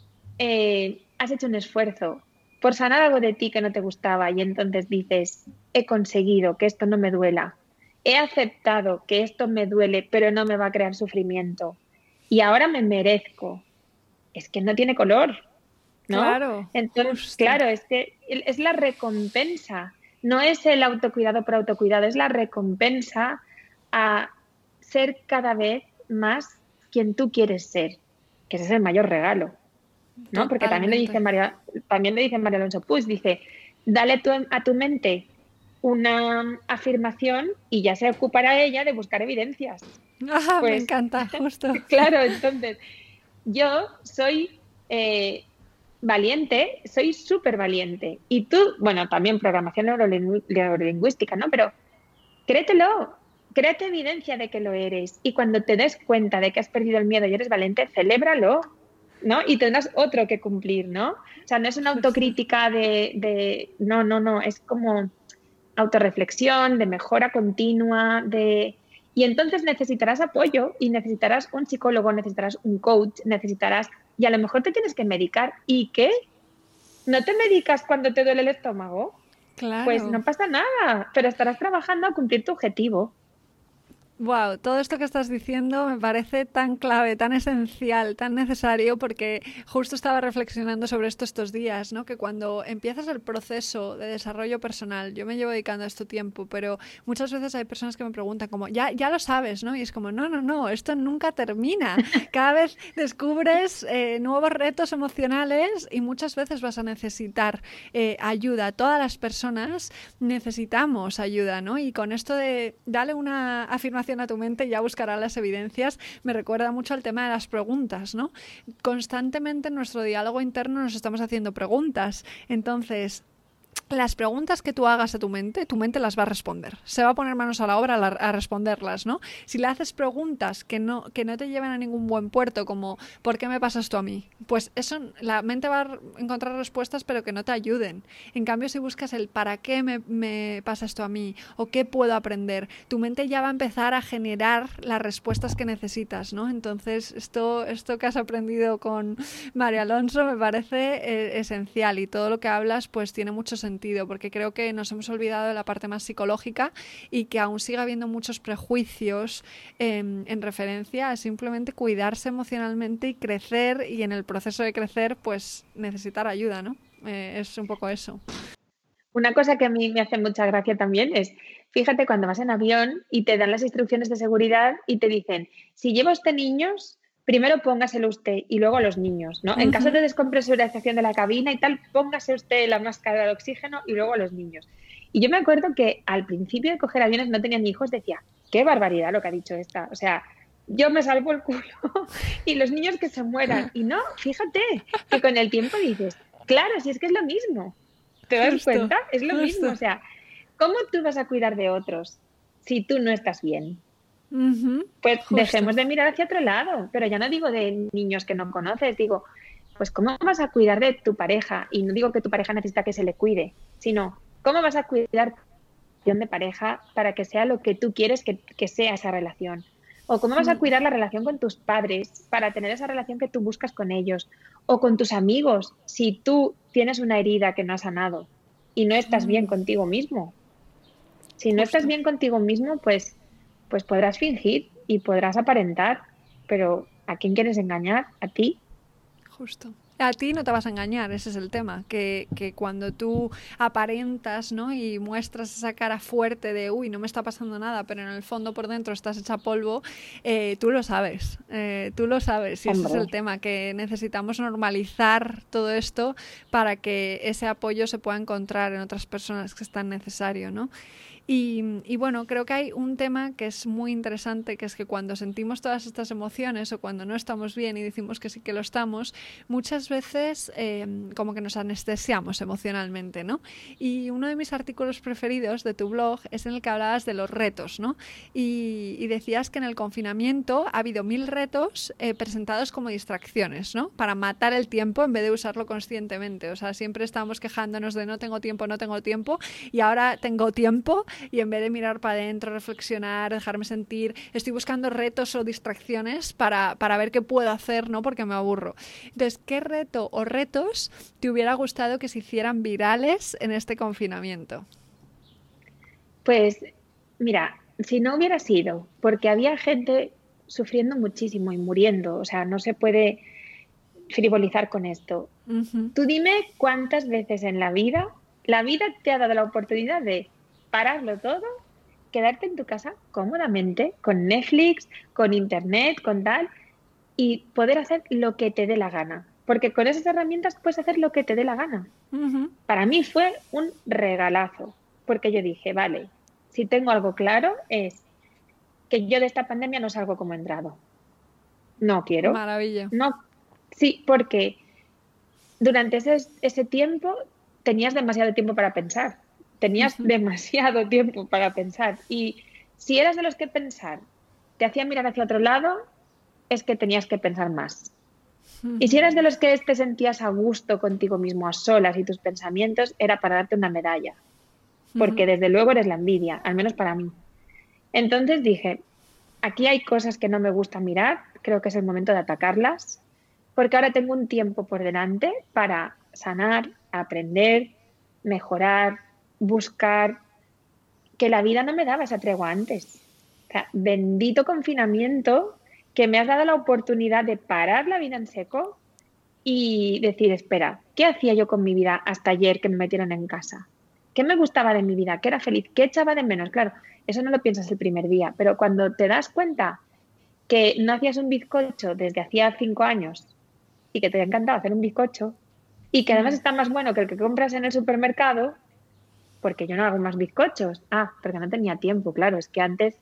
has hecho un esfuerzo por sanar algo de ti que no te gustaba y entonces dices, he conseguido que esto no me duela, he aceptado que esto me duele, pero no me va a crear sufrimiento y ahora me merezco? Es que no tiene color, ¿no? Claro, Entonces, justo. claro, es que es la recompensa. no es el autocuidado por autocuidado, es la recompensa a ser cada vez más quien tú quieres ser, que ese es el mayor regalo, ¿no? Porque también le dice María Alonso Puig, dice, dale a tu mente una afirmación y ya se ocupará ella de buscar evidencias. Pues, me encanta, justo. Claro, entonces, yo soy valiente, soy súper valiente. Y tú, bueno, también programación neurolingüística, ¿no? Pero créetelo, créate evidencia de que lo eres. Y cuando te des cuenta de que has perdido el miedo y eres valiente, celébralo, ¿no? Y tendrás otro que cumplir, ¿no? O sea, no es una autocrítica no, es como autorreflexión, de mejora continua, y entonces necesitarás apoyo y necesitarás un psicólogo, necesitarás un coach, y a lo mejor te tienes que medicar. ¿Y qué? ¿No te medicas cuando te duele el estómago? Claro. Pues no pasa nada, pero estarás trabajando a cumplir tu objetivo. Wow, todo esto que estás diciendo me parece tan clave, tan esencial, tan necesario, porque justo estaba reflexionando sobre esto estos días, ¿no? Que cuando empiezas el proceso de desarrollo personal, yo me llevo dedicando a esto tiempo, pero muchas veces hay personas que me preguntan como, ya lo sabes, ¿no? Y es como, no, esto nunca termina. Cada vez descubres nuevos retos emocionales y muchas veces vas a necesitar ayuda. Todas las personas necesitamos ayuda, ¿no? Y con esto de darle una afirmación a tu mente, ya buscará las evidencias, me recuerda mucho al tema de las preguntas, ¿no? Constantemente en nuestro diálogo interno nos estamos haciendo preguntas. Entonces, las preguntas que tú hagas a tu mente las va a responder. Se va a poner manos a la obra a responderlas, ¿no? Si le haces preguntas que no te lleven a ningún buen puerto, como ¿por qué me pasa esto a mí? Pues eso, la mente va a encontrar respuestas pero que no te ayuden. En cambio, si buscas el ¿para qué me pasa esto a mí? ¿O qué puedo aprender? Tu mente ya va a empezar a generar las respuestas que necesitas, ¿no? Entonces, esto que has aprendido con María Alonso me parece esencial, y todo lo que hablas pues tiene mucho sentido, porque creo que nos hemos olvidado de la parte más psicológica y que aún sigue habiendo muchos prejuicios en referencia a simplemente cuidarse emocionalmente y crecer, y en el proceso de crecer pues necesitar ayuda, ¿no? Es un poco eso. Una cosa que a mí me hace mucha gracia también es, fíjate cuando vas en avión y te dan las instrucciones de seguridad y te dicen, si lleva usted niños, primero póngaselo usted y luego a los niños, ¿no? En caso de descompresurización de la cabina y tal, póngase usted la máscara de oxígeno y luego a los niños. Y yo me acuerdo que al principio de coger aviones no tenía ni hijos, decía, qué barbaridad lo que ha dicho esta. O sea, yo me salvo el culo y los niños que se mueran. Y no, fíjate que con el tiempo dices, claro, si es que es lo mismo. ¿Te das cuenta? Es lo mismo. O sea, ¿cómo tú vas a cuidar de otros si tú no estás bien? Pues dejemos de mirar hacia otro lado, pero ya no digo de niños que no conoces, digo, pues ¿cómo vas a cuidar de tu pareja? Y no digo que tu pareja necesita que se le cuide, sino ¿cómo vas a cuidar de pareja para que sea lo que tú quieres que sea esa relación? O ¿cómo vas a cuidar la relación con tus padres para tener esa relación que tú buscas con ellos? O con tus amigos, si tú tienes una herida que no has sanado y no estás bien contigo mismo. Si no estás bien contigo mismo, pues podrás fingir y podrás aparentar, pero ¿a quién quieres engañar? ¿A ti? Justo. A ti no te vas a engañar, ese es el tema, que cuando tú aparentas, ¿no? Y muestras esa cara fuerte de uy, no me está pasando nada, pero en el fondo por dentro estás hecha polvo, tú lo sabes, y ese es el tema, que necesitamos normalizar todo esto para que ese apoyo se pueda encontrar en otras personas, que es tan necesario, ¿no? Y bueno, creo que hay un tema que es muy interesante, que es que cuando sentimos todas estas emociones o cuando no estamos bien y decimos que sí que lo estamos, muchas veces como que nos anestesiamos emocionalmente, ¿no? Y uno de mis artículos preferidos de tu blog es en el que hablabas de los retos, ¿no? Y decías que en el confinamiento ha habido 1000 retos presentados como distracciones, ¿no? Para matar el tiempo en vez de usarlo conscientemente. O sea, siempre estábamos quejándonos de no tengo tiempo, y ahora tengo tiempo. Y en vez de mirar para adentro, reflexionar, dejarme sentir, estoy buscando retos o distracciones para ver qué puedo hacer, ¿no? Porque me aburro. Entonces, ¿qué reto o retos te hubiera gustado que se hicieran virales en este confinamiento? Pues, mira, si no hubiera sido porque había gente sufriendo muchísimo y muriendo, o sea, no se puede frivolizar con esto. Tú dime cuántas veces en la vida La vida te ha dado la oportunidad de pararlo todo, quedarte en tu casa cómodamente, con Netflix, con internet, con tal, y poder hacer lo que te dé la gana. Porque con esas herramientas puedes hacer lo que te dé la gana. Ujú. Para mí fue un regalazo, porque yo dije, vale, si tengo algo claro es que yo de esta pandemia no salgo como he entrado. No quiero. Maravilla. No, sí, porque durante ese tiempo tenías demasiado tiempo para pensar. Tenías Ujú. demasiado tiempo para pensar. Y si eras de los que pensar te hacía mirar hacia otro lado, es que tenías que pensar más. Y si eras de los que te sentías a gusto contigo mismo, a solas y tus pensamientos, era para darte una medalla. Porque Ujú. desde luego eres la envidia, al menos para mí. Entonces dije, aquí hay cosas que no me gusta mirar, creo que es el momento de atacarlas, porque ahora tengo un tiempo por delante para sanar, aprender, mejorar, buscar, que la vida no me daba esa tregua antes. O sea, bendito confinamiento que me has dado la oportunidad de parar la vida en seco y decir, espera, ¿qué hacía yo con mi vida hasta ayer que me metieron en casa? ¿Qué me gustaba de mi vida? ¿Qué era feliz? ¿Qué echaba de menos? Claro, eso no lo piensas el primer día, pero cuando te das cuenta que no hacías un bizcocho desde hacía 5 años y que te ha encantado hacer un bizcocho y que además Ujú. está más bueno que el que compras en el supermercado, porque yo no hago más bizcochos. Ah, porque no tenía tiempo, claro, es que antes...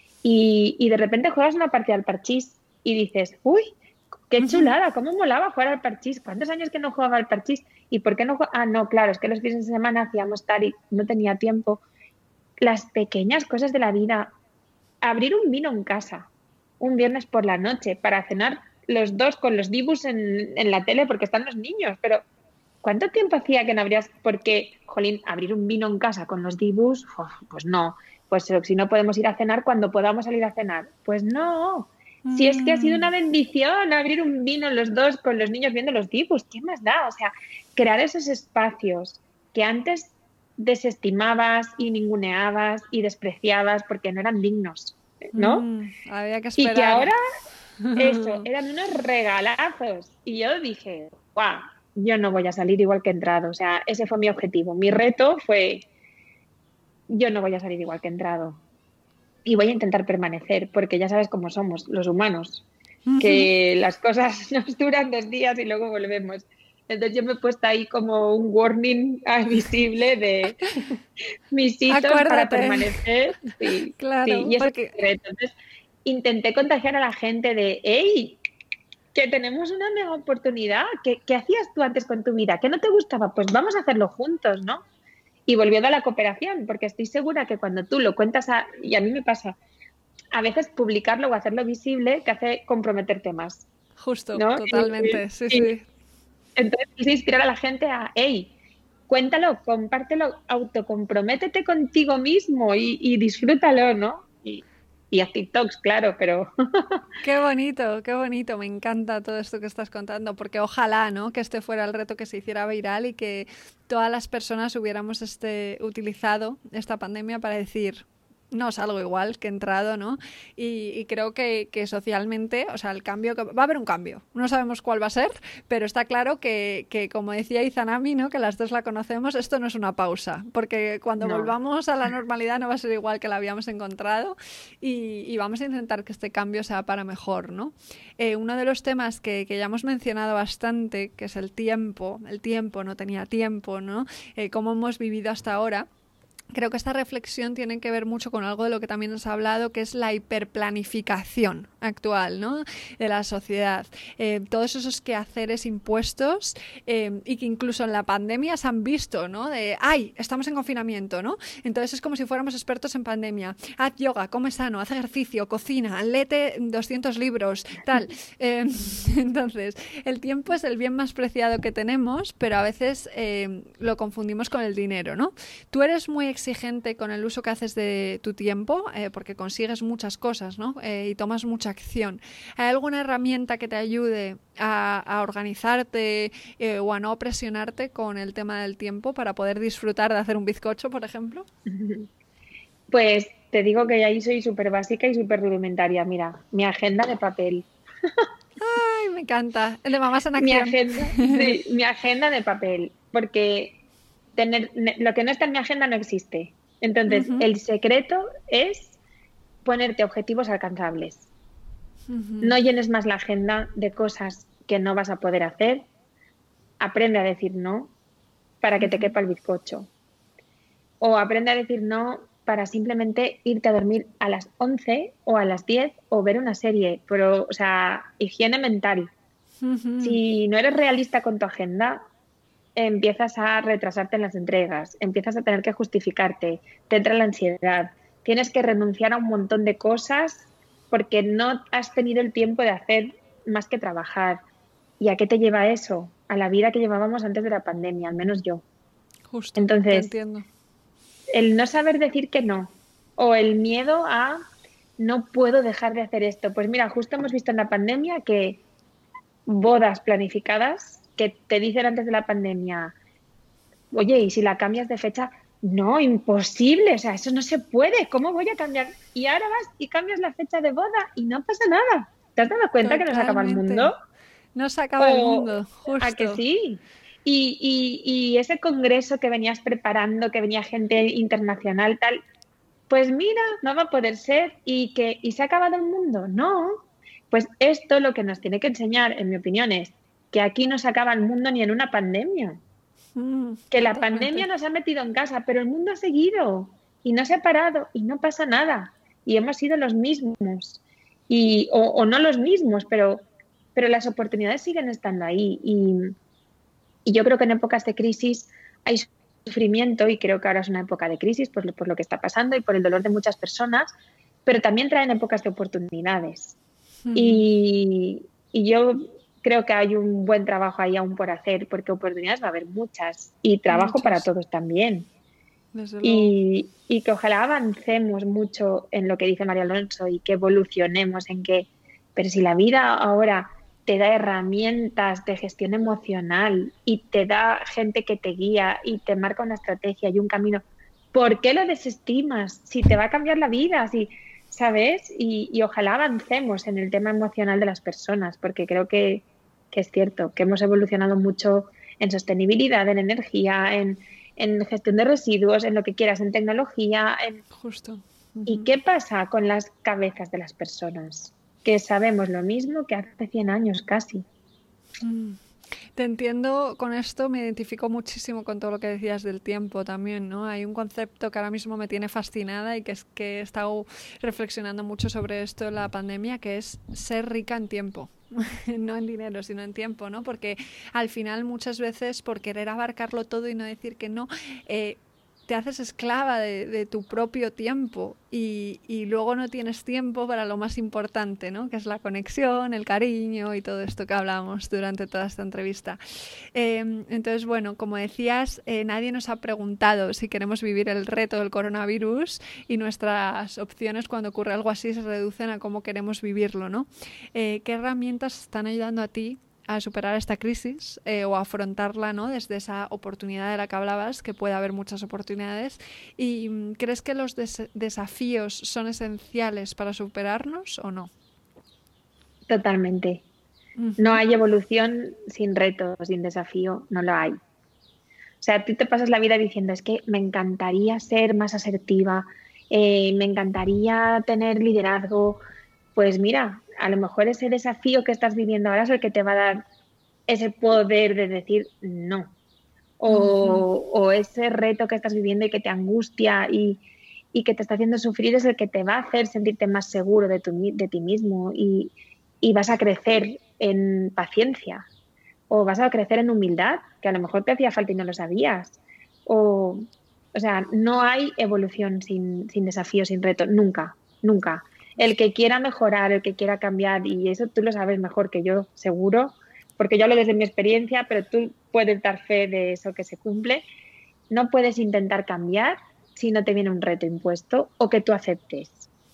Y de repente juegas una partida al parchís y dices, uy, qué chulada, cómo molaba jugar al parchís. ¿Cuántos años que no jugaba al parchís? ¿Y por qué no jugaba? Ah, no, claro, es que los fines de semana hacíamos tal y no tenía tiempo. Las pequeñas cosas de la vida. Abrir un vino en casa un viernes por la noche para cenar los dos con los dibus en la tele porque están los niños. Pero ¿cuánto tiempo hacía que no habrías? Porque, jolín, abrir un vino en casa con los dibus, uf, pues no. Pues si no podemos ir a cenar cuando podamos salir a cenar. Pues no. Si es que ha sido una Mm. bendición abrir un vino los dos con los niños viendo los dibus, ¿qué más da? O sea, crear esos espacios que antes desestimabas y ninguneabas y despreciabas porque no eran dignos, ¿no? Había que Y que esperar. ahora eso, eran unos regalazos. Y yo dije, guau, yo no voy a salir igual que he entrado. O sea, ese fue mi objetivo. Mi reto fue, yo no voy a salir igual que he entrado. Y voy a intentar permanecer, porque ya sabes cómo somos los humanos, que las cosas nos duran 2 días y luego volvemos. Entonces yo me he puesto ahí como un warning visible de mis hitos para Acuérdate. permanecer. Sí, sí, Claro, y ese es porque el reto. Entonces intenté contagiar a la gente de, hey, que tenemos una mega oportunidad. ¿Qué hacías tú antes con tu vida? ¿Qué no te gustaba? Pues vamos a hacerlo juntos, ¿no? Y volviendo a la cooperación, porque estoy segura que cuando tú lo cuentas, y a mí me pasa, a veces publicarlo o hacerlo visible te hace comprometerte más, justo, ¿no? totalmente, sí, Y sí. entonces quise inspirar a la gente a, hey, cuéntalo, compártelo, autocomprométete contigo mismo y disfrútalo, ¿no? Y haz TikToks, claro, pero Qué bonito, me encanta todo esto que estás contando, porque ojalá, ¿no? Que este fuera el reto que se hiciera viral y que todas las personas hubiéramos utilizado esta pandemia para decir, no salgo igual que he entrado, ¿no? Y creo que socialmente, o sea, el cambio, va a haber un cambio. No sabemos cuál va a ser, pero está claro que como decía Izanami, ¿no? Que las dos la conocemos, esto no es una pausa, porque cuando no. volvamos a la normalidad no va a ser igual que la habíamos encontrado y vamos a intentar que este cambio sea para mejor, ¿no? Uno de los temas que ya hemos mencionado bastante, que es el tiempo no tenía tiempo, ¿no? Cómo hemos vivido hasta ahora. Creo que esta reflexión tiene que ver mucho con algo de lo que también has hablado, que es la hiperplanificación actual, ¿no? De la sociedad. Todos esos quehaceres impuestos y que incluso en la pandemia se han visto, ¿no? De, ¡ay! Estamos en confinamiento, ¿no? Entonces es como si fuéramos expertos en pandemia. Haz yoga, come sano, haz ejercicio, cocina, léete 200 libros, tal. Entonces, el tiempo es el bien más preciado que tenemos, pero a veces lo confundimos con el dinero, ¿no? Tú eres muy exigente con el uso que haces de tu tiempo, porque consigues muchas cosas, ¿no? Y tomas mucha acción. ¿Hay alguna herramienta que te ayude a organizarte o a no presionarte con el tema del tiempo para poder disfrutar de hacer un bizcocho, por ejemplo? Pues te digo que ahí soy súper básica y súper rudimentaria. Mira, mi agenda de papel. Ay, me encanta. El de mamás en Mi acción. agenda, sí, mi agenda de papel. Porque lo que no está en mi agenda no existe. Entonces, el secreto es ponerte objetivos alcanzables. No llenes más la agenda de cosas que no vas a poder hacer. Aprende a decir no para que te quepa el bizcocho. O aprende a decir no para simplemente irte a dormir a las 11 o a las 10 o ver una serie. Pero, o sea, higiene mental. Si no eres realista con tu agenda, empiezas a retrasarte en las entregas, empiezas a tener que justificarte, te entra la ansiedad, tienes que renunciar a un montón de cosas porque no has tenido el tiempo de hacer más que trabajar. ¿Y a qué te lleva eso? A la vida que llevábamos antes de la pandemia, al menos yo. Justo, entonces, te entiendo. El no saber decir que no, o el miedo a no puedo dejar de hacer esto. Pues mira, justo hemos visto en la pandemia que bodas planificadas que te dicen antes de la pandemia, oye, ¿y si la cambias de fecha? No, imposible, o sea, eso no se puede, ¿cómo voy a cambiar? Y ahora vas y cambias la fecha de boda y no pasa nada. ¿Te has dado cuenta que no se acaba el mundo? No se acaba el mundo, justo. ¿A que sí? Y ese congreso que venías preparando, que venía gente internacional, tal, pues mira, no va a poder ser y se ha acabado el mundo. No, pues esto lo que nos tiene que enseñar, en mi opinión, es que aquí no se acaba el mundo ni en una pandemia. Que la pandemia nos ha metido en casa, pero el mundo ha seguido y no se ha parado y no pasa nada. Y hemos sido los mismos. O no los mismos, pero las oportunidades siguen estando ahí. Y yo creo que en épocas de crisis hay sufrimiento, y creo que ahora es una época de crisis por lo que está pasando y por el dolor de muchas personas, pero también traen épocas de oportunidades. Y yo creo que hay un buen trabajo ahí aún por hacer, porque oportunidades va a haber muchas y trabajo para todos también. Y que ojalá avancemos mucho en lo que dice María Alonso y que evolucionemos en que, pero si la vida ahora te da herramientas de gestión emocional y te da gente que te guía y te marca una estrategia y un camino, ¿por qué lo desestimas? Si te va a cambiar la vida, si, ¿sabes? Y ojalá avancemos en el tema emocional de las personas, porque creo que es cierto, que hemos evolucionado mucho en sostenibilidad, en energía, en gestión de residuos, en lo que quieras, en tecnología. Justo. ¿Y qué pasa con las cabezas de las personas? Que sabemos lo mismo que hace 100 años casi. Te entiendo con esto, me identifico muchísimo con todo lo que decías del tiempo también, ¿no? Hay un concepto que ahora mismo me tiene fascinada y que es que he estado reflexionando mucho sobre esto en la pandemia, que es ser rica en tiempo. No en dinero, sino en tiempo, ¿no? Porque al final muchas veces por querer abarcarlo todo y no decir que no, te haces esclava de tu propio tiempo y luego no tienes tiempo para lo más importante, ¿no? Que es la conexión, el cariño y todo esto que hablamos durante toda esta entrevista. Entonces, bueno, como decías, nadie nos ha preguntado si queremos vivir el reto del coronavirus y nuestras opciones cuando ocurre algo así se reducen a cómo queremos vivirlo, ¿no? ¿Qué herramientas están ayudando a ti a superar esta crisis o a afrontarla, ¿no? Desde esa oportunidad de la que hablabas, que puede haber muchas oportunidades? ¿Y crees que los desafíos son esenciales para superarnos o no? Totalmente. No hay evolución sin reto, sin desafío, no lo hay. O sea, tú te pasas la vida diciendo, es que me encantaría ser más asertiva, me encantaría tener liderazgo. Pues mira, a lo mejor ese desafío que estás viviendo ahora es el que te va a dar ese poder de decir no. O ese reto que estás viviendo y que te angustia y que te está haciendo sufrir es el que te va a hacer sentirte más seguro de ti mismo y vas a crecer en paciencia o vas a crecer en humildad, que a lo mejor te hacía falta y no lo sabías. O sea, no hay evolución sin desafío, sin reto, nunca, nunca. El que quiera mejorar, el que quiera cambiar, y eso tú lo sabes mejor que yo, seguro, porque yo hablo desde mi experiencia, pero tú puedes dar fe de eso que se cumple. No puedes intentar cambiar si no te viene un reto impuesto o que tú aceptes.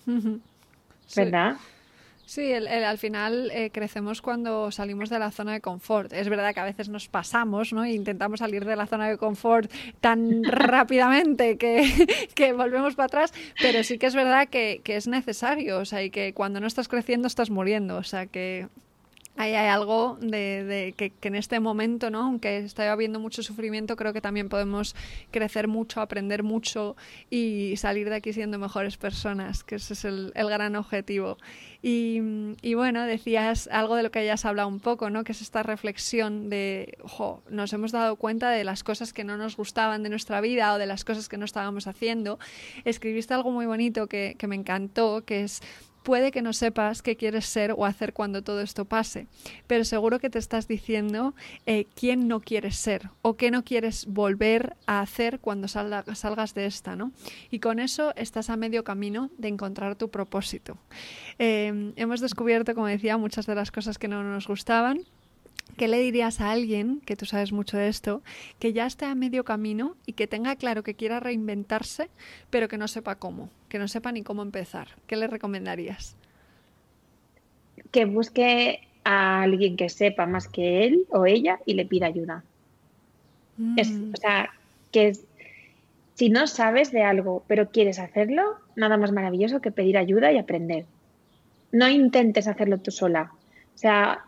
¿Verdad? Sí, al final crecemos cuando salimos de la zona de confort. Es verdad que a veces nos pasamos, ¿no? E intentamos salir de la zona de confort tan rápidamente que volvemos para atrás, pero sí que es verdad que es necesario, o sea, y que cuando no estás creciendo estás muriendo, o sea, que Ahí hay algo de que en este momento, ¿no? Aunque está habiendo mucho sufrimiento, creo que también podemos crecer mucho, aprender mucho y salir de aquí siendo mejores personas, que ese es el gran objetivo. Y bueno, decías algo de lo que hayas hablado un poco, ¿no? Que es esta reflexión de, ojo, nos hemos dado cuenta de las cosas que no nos gustaban de nuestra vida o de las cosas que no estábamos haciendo. Escribiste algo muy bonito que me encantó, que es: puede que no sepas qué quieres ser o hacer cuando todo esto pase, pero seguro que te estás diciendo quién no quieres ser o qué no quieres volver a hacer cuando salgas de esta, ¿no? Y con eso estás a medio camino de encontrar tu propósito. Hemos descubierto, como decía, muchas de las cosas que no nos gustaban. ¿Qué le dirías a alguien, que tú sabes mucho de esto, que ya esté a medio camino y que tenga claro que quiera reinventarse, pero que no sepa cómo, que no sepa ni cómo empezar? ¿Qué le recomendarías? Que busque a alguien que sepa más que él o ella y le pida ayuda. O sea, si no sabes de algo, pero quieres hacerlo, nada más maravilloso que pedir ayuda y aprender. No intentes hacerlo tú sola. O sea,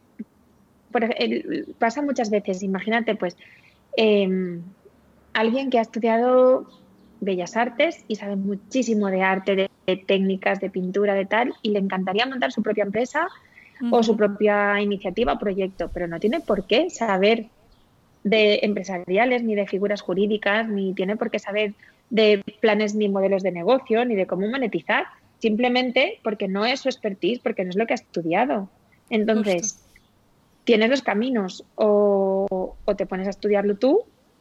pasa muchas veces, imagínate, pues, alguien que ha estudiado Bellas Artes y sabe muchísimo de arte, de técnicas, de pintura, de tal, y le encantaría montar su propia empresa o su propia iniciativa o proyecto, pero no tiene por qué saber de empresariales, ni de figuras jurídicas, ni tiene por qué saber de planes ni modelos de negocio, ni de cómo monetizar, simplemente porque no es su expertise, porque no es lo que ha estudiado. Entonces, tienes dos caminos, o te pones a estudiarlo tú,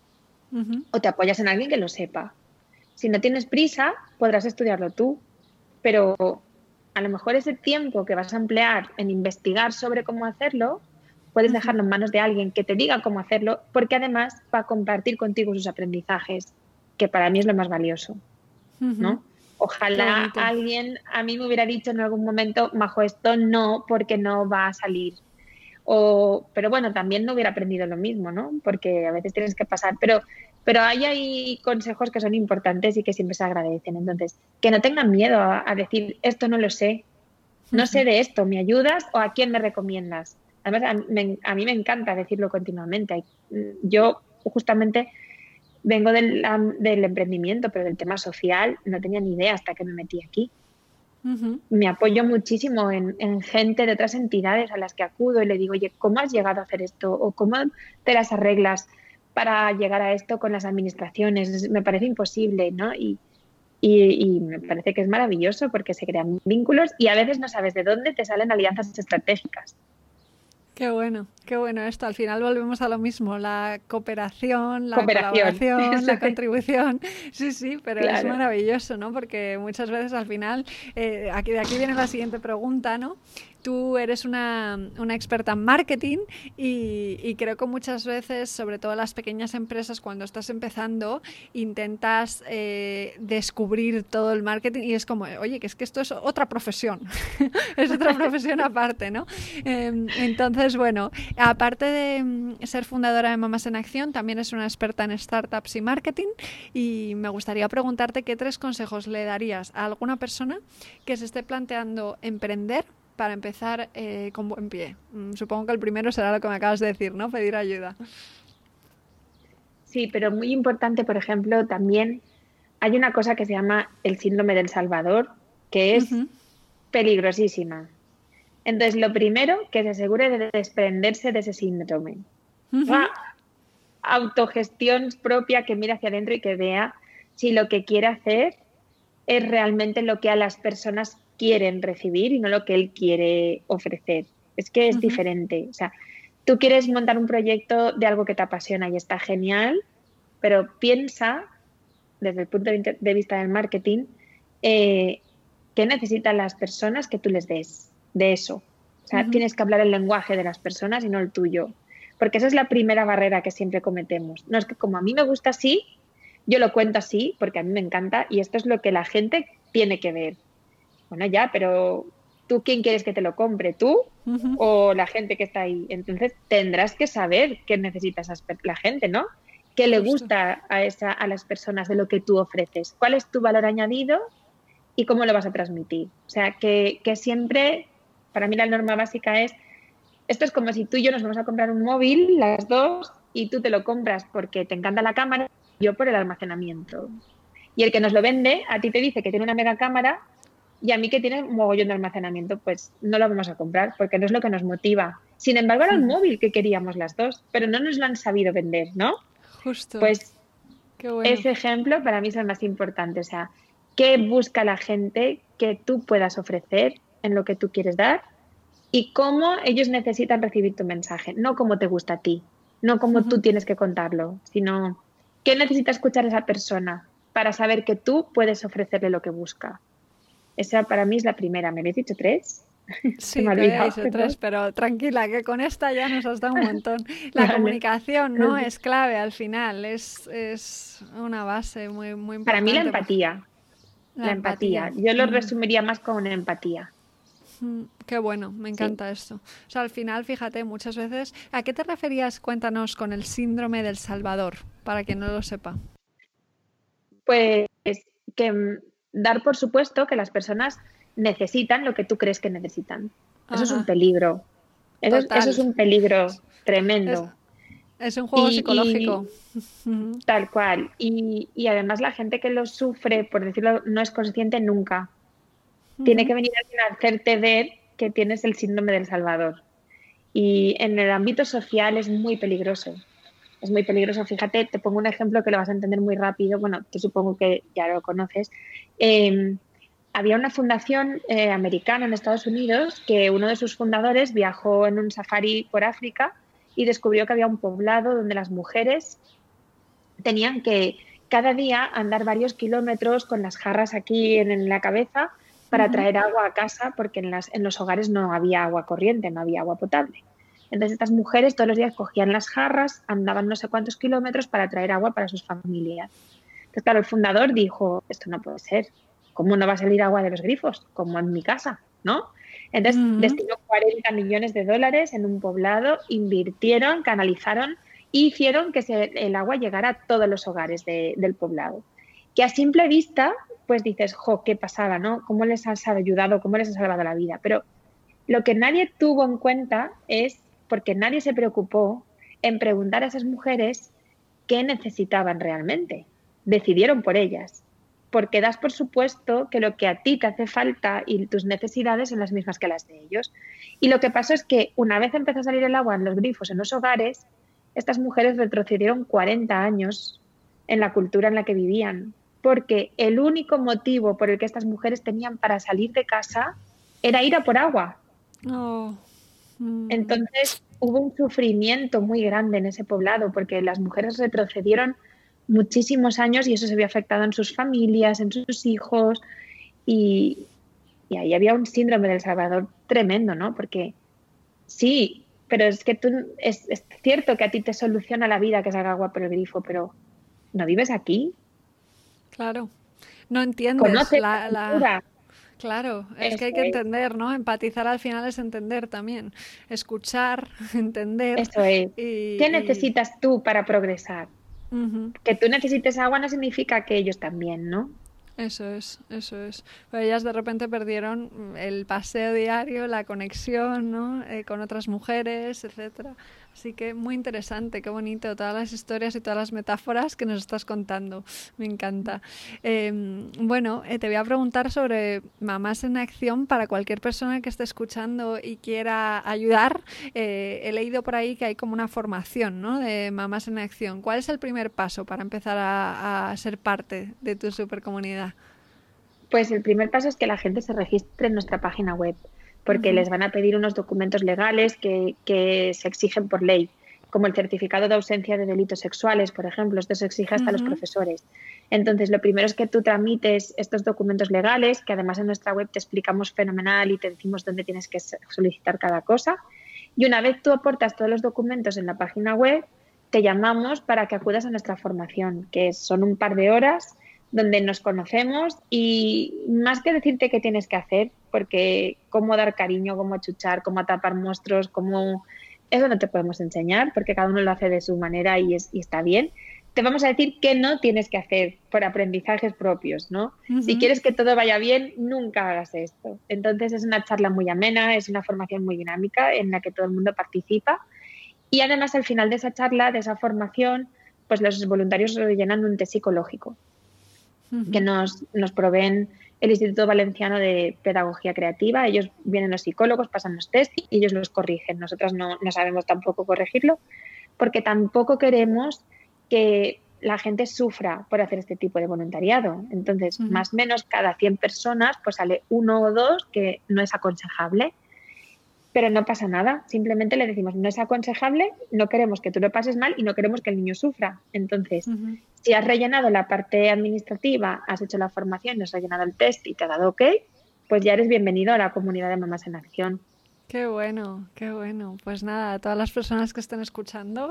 o te apoyas en alguien que lo sepa. Si no tienes prisa, podrás estudiarlo tú, pero a lo mejor ese tiempo que vas a emplear en investigar sobre cómo hacerlo, puedes dejarlo en manos de alguien que te diga cómo hacerlo, porque además va a compartir contigo sus aprendizajes, que para mí es lo más valioso, ¿no? Ojalá alguien a mí me hubiera dicho en algún momento, Majo, esto no, porque no va a salir. Pero bueno, también no hubiera aprendido lo mismo, ¿no? Porque a veces tienes que pasar. Pero hay consejos que son importantes y que siempre se agradecen. Entonces, que no tengan miedo a decir, esto no lo sé, no sé de esto, ¿me ayudas o a quién me recomiendas? Además, a mí me encanta decirlo continuamente. Yo justamente vengo del emprendimiento, pero del tema social no tenía ni idea hasta que me metí aquí. Me apoyo muchísimo en gente de otras entidades a las que acudo y le digo, oye, ¿cómo has llegado a hacer esto? ¿O cómo te las arreglas para llegar a esto con las administraciones? Me parece imposible, ¿no? Y me parece que es maravilloso porque se crean vínculos y a veces no sabes de dónde te salen alianzas estratégicas. Qué bueno esto. Al final volvemos a lo mismo, la cooperación, la colaboración, la contribución. Sí, pero claro, es maravilloso, ¿no? Porque muchas veces al final, de aquí viene la siguiente pregunta, ¿no? Tú eres una experta en marketing y creo que muchas veces, sobre todo las pequeñas empresas, cuando estás empezando, intentas descubrir todo el marketing y es como, oye, que es que esto es otra profesión, es otra profesión aparte, ¿no? Entonces, bueno, aparte de ser fundadora de Mamás en Acción, también es una experta en startups y marketing y me gustaría preguntarte qué 3 consejos le darías a alguna persona que se esté planteando emprender para empezar con buen pie. Supongo que el primero será lo que me acabas de decir, ¿no? Pedir ayuda. Sí, pero muy importante, por ejemplo, también hay una cosa que se llama el síndrome del Salvador, que es peligrosísima. Entonces, lo primero, que se asegure de desprenderse de ese síndrome. Una autogestión propia que mire hacia adentro y que vea si lo que quiere hacer es realmente lo que a las personas quieren recibir y no lo que él quiere ofrecer. Es que es diferente. O sea, tú quieres montar un proyecto de algo que te apasiona y está genial, pero piensa, desde el punto de vista del marketing, qué necesitan las personas que tú les des de eso. O sea, tienes que hablar el lenguaje de las personas y no el tuyo. Porque esa es la primera barrera que siempre cometemos. No es que como a mí me gusta así, yo lo cuento así porque a mí me encanta y esto es lo que la gente tiene que ver. Bueno, ya, pero ¿tú quién quieres que te lo compre? ¿Tú o la gente que está ahí? Entonces tendrás que saber qué necesita la gente, ¿no? ¿Qué le gusta a las personas de lo que tú ofreces? ¿Cuál es tu valor añadido y cómo lo vas a transmitir? O sea, que siempre, para mí la norma básica es esto es como si tú y yo nos vamos a comprar un móvil, las dos, y tú te lo compras porque te encanta la cámara, y yo por el almacenamiento. Y el que nos lo vende a ti te dice que tiene una mega cámara y a mí que tiene un mogollón de almacenamiento, pues no lo vamos a comprar porque no es lo que nos motiva. Sin embargo, era el móvil que queríamos las dos, pero no nos lo han sabido vender, ¿no? Justo. Pues Qué bueno. ese ejemplo para mí es el más importante. O sea, ¿qué busca la gente que tú puedas ofrecer en lo que tú quieres dar? Y cómo ellos necesitan recibir tu mensaje, no cómo te gusta a ti, no cómo tú tienes que contarlo, sino qué necesita escuchar esa persona para saber que tú puedes ofrecerle lo que busca. Esa para mí es la primera. ¿Me habéis dicho 3? Se Sí, me ha te había olvidado. dicho 3, pero tranquila, que con esta ya nos has dado un montón. La Vale. comunicación, ¿no? Es clave al final, es una base muy, muy importante. Para mí la empatía. La empatía. empatía. Yo lo resumiría más con empatía. Qué bueno, me encanta esto. O sea, al final, fíjate, muchas veces... ¿A qué te referías, cuéntanos, con el síndrome del Salvador, para quien no lo sepa? Pues que dar por supuesto que las personas necesitan lo que tú crees que necesitan. Eso es un peligro. Eso es un peligro tremendo. Es un juego psicológico. Tal cual. Y además la gente que lo sufre, por decirlo, no es consciente nunca. Tiene que venir a hacerte ver que tienes el síndrome del Salvador. Y en el ámbito social es muy peligroso. Es muy peligroso. Fíjate, te pongo un ejemplo que lo vas a entender muy rápido. Bueno, te supongo que ya lo conoces. Había una fundación americana en Estados Unidos que uno de sus fundadores viajó en un safari por África y descubrió que había un poblado donde las mujeres tenían que cada día andar varios kilómetros con las jarras aquí en la cabeza para traer agua a casa porque en los hogares no había agua corriente, no había agua potable. Entonces estas mujeres todos los días cogían las jarras, andaban no sé cuántos kilómetros para traer agua para sus familias. Entonces, claro, el fundador dijo, esto no puede ser, ¿cómo no va a salir agua de los grifos? Como en mi casa, ¿no? Entonces destinó 40 millones de dólares en un poblado, invirtieron, canalizaron y hicieron que el agua llegara a todos los hogares del poblado. Que a simple vista, pues dices, jo, qué pasada, ¿no? ¿Cómo les has ayudado? ¿Cómo les has salvado la vida? Pero lo que nadie tuvo en cuenta es, porque nadie se preocupó en preguntar a esas mujeres qué necesitaban realmente. Decidieron por ellas, porque das por supuesto que lo que a ti te hace falta y tus necesidades son las mismas que las de ellos. Y lo que pasó es que una vez empezó a salir el agua en los grifos, en los hogares, estas mujeres retrocedieron 40 años en la cultura en la que vivían, porque el único motivo por el que estas mujeres tenían para salir de casa era ir a por agua. Entonces hubo un sufrimiento muy grande en ese poblado porque las mujeres retrocedieron muchísimos años y eso se había afectado en sus familias, en sus hijos y ahí había un síndrome del Salvador tremendo, ¿no? Porque sí, pero es que es cierto que a ti te soluciona la vida que salga agua por el grifo, pero ¿no vives aquí? Claro, no entiendes ¿Conoces la cultura? Claro, es que hay que entender, ¿no? Empatizar al final es entender también. Escuchar, entender. Eso es. ¿Qué necesitas tú para progresar? Que tú necesites agua no significa que ellos también, ¿no? Eso es, eso es. Pero ellas de repente perdieron el paseo diario, la conexión, ¿no? Con otras mujeres, etcétera. Así que muy interesante, qué bonito, todas las historias y todas las metáforas que nos estás contando. Me encanta. Bueno, te voy a preguntar sobre Mamás en Acción para cualquier persona que esté escuchando y quiera ayudar. He leído por ahí que hay como una formación, ¿no? De Mamás en Acción. ¿Cuál es el primer paso para empezar a ser parte de tu supercomunidad? Pues el primer paso es que la gente se registre en nuestra página web, porque les van a pedir unos documentos legales que se exigen por ley, como el certificado de ausencia de delitos sexuales, por ejemplo. Esto se exige hasta a los profesores. Entonces, lo primero es que tú tramites estos documentos legales, que además en nuestra web te explicamos fenomenal y te decimos dónde tienes que solicitar cada cosa. Y una vez tú aportas todos los documentos en la página web, te llamamos para que acudas a nuestra formación, que son un par de horas donde nos conocemos y más que decirte qué tienes que hacer, porque cómo dar cariño, cómo achuchar, cómo atrapar monstruos, eso no te podemos enseñar, porque cada uno lo hace de su manera y está bien, te vamos a decir qué no tienes que hacer por aprendizajes propios, ¿no? Si Ujú. quieres que todo vaya bien, nunca hagas esto. Entonces es una charla muy amena, es una formación muy dinámica en la que todo el mundo participa y además al final de esa charla, de esa formación, pues los voluntarios rellenan un test psicológico que Ujú. nos proveen el Instituto Valenciano de Pedagogía Creativa. Ellos vienen los psicólogos, pasan los test y ellos los corrigen. Nosotras no sabemos tampoco corregirlo porque tampoco queremos que la gente sufra por hacer este tipo de voluntariado. Entonces, Ujú. más o menos cada 100 personas, pues sale uno o dos que no es aconsejable, pero no pasa nada. Simplemente le decimos, no es aconsejable, no queremos que tú lo pases mal y no queremos que el niño sufra. Entonces, Ujú. si has rellenado la parte administrativa, has hecho la formación, has rellenado el test y te ha dado OK, pues ya eres bienvenido a la comunidad de Mamás en Acción. Qué bueno, qué bueno. Pues nada, todas las personas que estén escuchando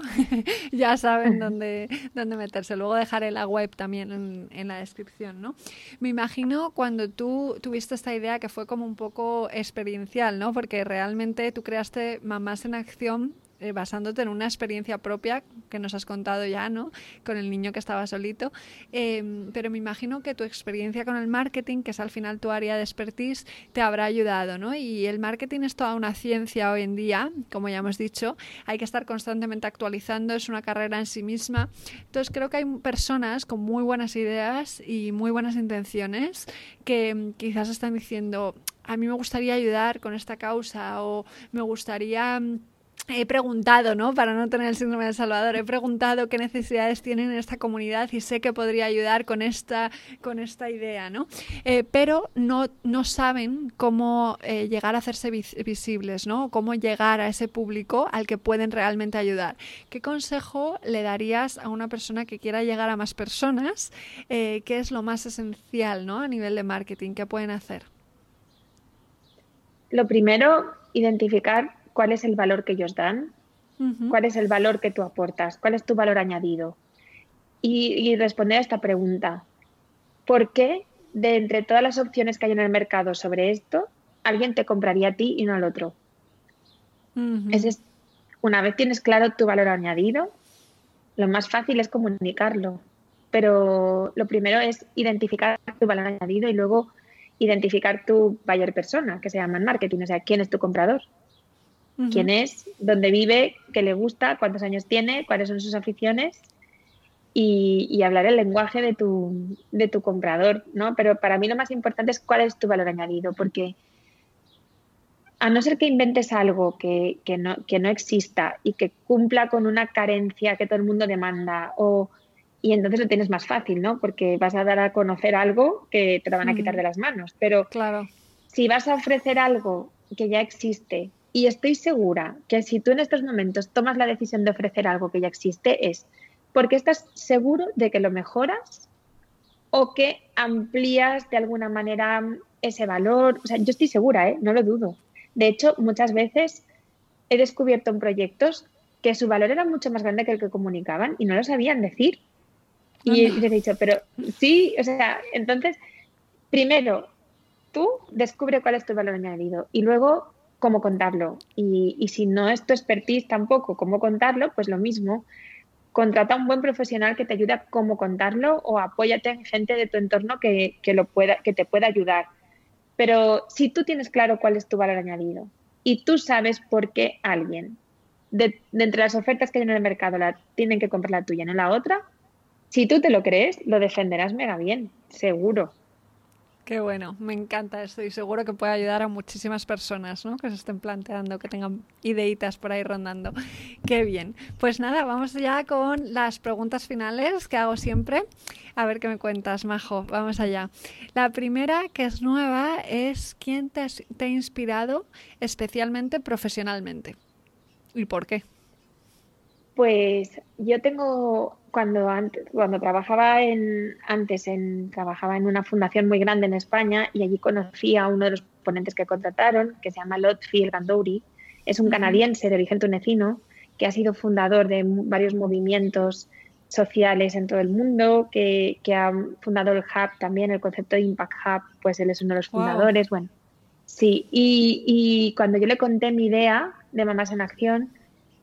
ya saben dónde meterse. Luego dejaré la web también en la descripción, ¿no? Me imagino cuando tú tuviste esta idea que fue como un poco experiencial, ¿no? Porque realmente tú creaste Mamás en Acción basándote en una experiencia propia que nos has contado ya, ¿no? Con el niño que estaba solito. Pero me imagino que tu experiencia con el marketing, que es al final tu área de expertise, te habrá ayudado, ¿no? Y el marketing es toda una ciencia hoy en día, como ya hemos dicho, hay que estar constantemente actualizando, es una carrera en sí misma. Entonces creo que hay personas con muy buenas ideas y muy buenas intenciones que quizás están diciendo, a mí me gustaría ayudar con esta causa o me gustaría... He preguntado, ¿no? Para no tener el síndrome de Salvador, he preguntado qué necesidades tienen en esta comunidad y sé que podría ayudar con esta idea, ¿no? Pero no saben cómo llegar a hacerse visibles, ¿no? Cómo llegar a ese público al que pueden realmente ayudar. ¿Qué consejo le darías a una persona que quiera llegar a más personas? ¿Qué es lo más esencial, ¿no? A nivel de marketing, ¿qué pueden hacer? Lo primero, identificar cuál es el valor que ellos dan, Uh-huh. cuál es el valor que tú aportas, cuál es tu valor añadido. Y responder a esta pregunta. ¿Por qué de entre todas las opciones que hay en el mercado sobre esto, alguien te compraría a ti y no al otro? Uh-huh. Una vez tienes claro tu valor añadido, lo más fácil es comunicarlo. Pero lo primero es identificar tu valor añadido y luego identificar tu buyer persona, que se llama en marketing, o sea, quién es tu comprador, quién Uh-huh. es, dónde vive, qué le gusta, cuántos años tiene, cuáles son sus aficiones y hablar el lenguaje de tu comprador, ¿no? Pero para mí lo más importante es cuál es tu valor añadido, porque a no ser que inventes algo que no exista y que cumpla con una carencia que todo el mundo demanda, y entonces lo tienes más fácil, ¿no? Porque vas a dar a conocer algo que te lo van a quitar Uh-huh. de las manos. Pero Claro. si vas a ofrecer algo que ya existe, y estoy segura que si tú en estos momentos tomas la decisión de ofrecer algo que ya existe, es porque estás seguro de que lo mejoras o que amplías de alguna manera ese valor. O sea, yo estoy segura, ¿eh? No lo dudo. De hecho, muchas veces he descubierto en proyectos que su valor era mucho más grande que el que comunicaban y no lo sabían decir. Y Anda. les he dicho, pero sí, o sea, entonces, primero, tú descubre cuál es tu valor añadido y luego cómo contarlo. Y si no es tu expertise tampoco cómo contarlo, pues lo mismo. Contrata a un buen profesional que te ayude a cómo contarlo o apóyate en gente de tu entorno que te pueda ayudar. Pero si tú tienes claro cuál es tu valor añadido y tú sabes por qué alguien de entre las ofertas que hay en el mercado tienen que comprar la tuya, no la otra, si tú te lo crees, lo defenderás mega bien, seguro. Qué bueno, me encanta esto y seguro que puede ayudar a muchísimas personas, ¿no? Que se estén planteando, que tengan ideitas por ahí rondando. Qué bien. Pues nada, vamos ya con las preguntas finales que hago siempre. A ver qué me cuentas, Majo. Vamos allá. La primera, que es nueva, es ¿quién te ha inspirado especialmente profesionalmente? ¿Y por qué? Pues yo tengo, cuando trabajaba trabajaba en una fundación muy grande en España y allí conocí a uno de los ponentes que contrataron, que se llama Lotfi El Gandouri. Es un Ujú. canadiense de origen tunecino que ha sido fundador de varios movimientos sociales en todo el mundo, que ha fundado el Hub también, el concepto de Impact Hub, pues él es uno de los Wow. fundadores. Bueno, sí, y cuando yo le conté mi idea de Mamás en Acción,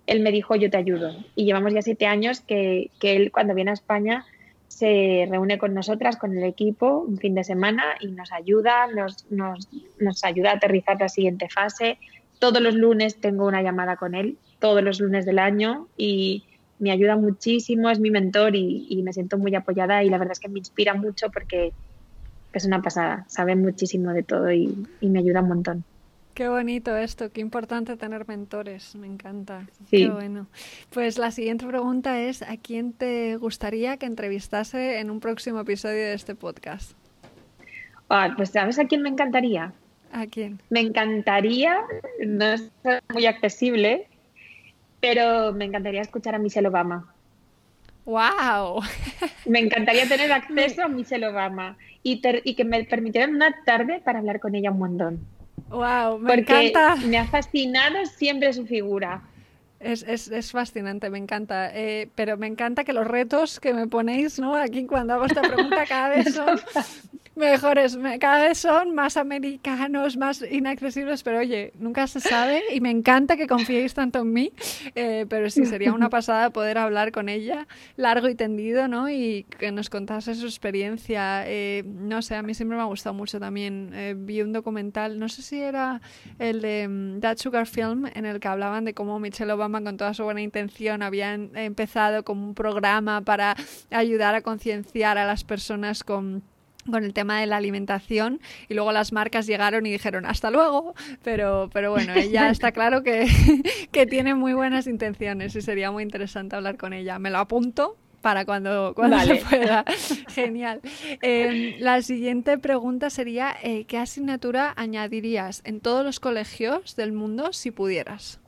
él me dijo, yo te ayudo. Y llevamos ya 7 años que él cuando viene a España se reúne con nosotras, con el equipo, un fin de semana y nos ayuda, nos ayuda a aterrizar la siguiente fase. Todos los lunes tengo una llamada con él, todos los lunes del año, y me ayuda muchísimo, es mi mentor y me siento muy apoyada, y la verdad es que me inspira mucho porque es una pasada, sabe muchísimo de todo y me ayuda un montón. Qué bonito esto, qué importante tener mentores, me encanta. Sí. Qué bueno. Pues la siguiente pregunta es, ¿a quién te gustaría que entrevistase en un próximo episodio de este podcast? Pues ¿sabes a quién me encantaría? ¿A quién? Me encantaría, no es muy accesible, pero me encantaría escuchar a Michelle Obama. ¡Wow! Me encantaría tener acceso a Michelle Obama y que me permitieran una tarde para hablar con ella un montón. ¡Wow! Me Porque encanta. me ha fascinado siempre su figura. Es fascinante, me encanta. Pero me encanta que los retos que me ponéis, ¿no? Aquí cuando hago esta pregunta cada vez son mejores, cada vez son más americanos, más inaccesibles, pero oye, nunca se sabe y me encanta que confiéis tanto en mí, pero sí, sería una pasada poder hablar con ella largo y tendido, ¿no? Y que nos contase su experiencia. No sé, a mí siempre me ha gustado mucho también. Vi un documental, no sé si era el de That Sugar Film, en el que hablaban de cómo Michelle Obama, con toda su buena intención, habían empezado como un programa para ayudar a concienciar a las personas con el tema de la alimentación, y luego las marcas llegaron y dijeron hasta luego, pero bueno, ella está claro que tiene muy buenas intenciones y sería muy interesante hablar con ella. Me lo apunto para cuando Vale. se pueda. Genial. La siguiente pregunta sería, ¿qué asignatura añadirías en todos los colegios del mundo si pudieras?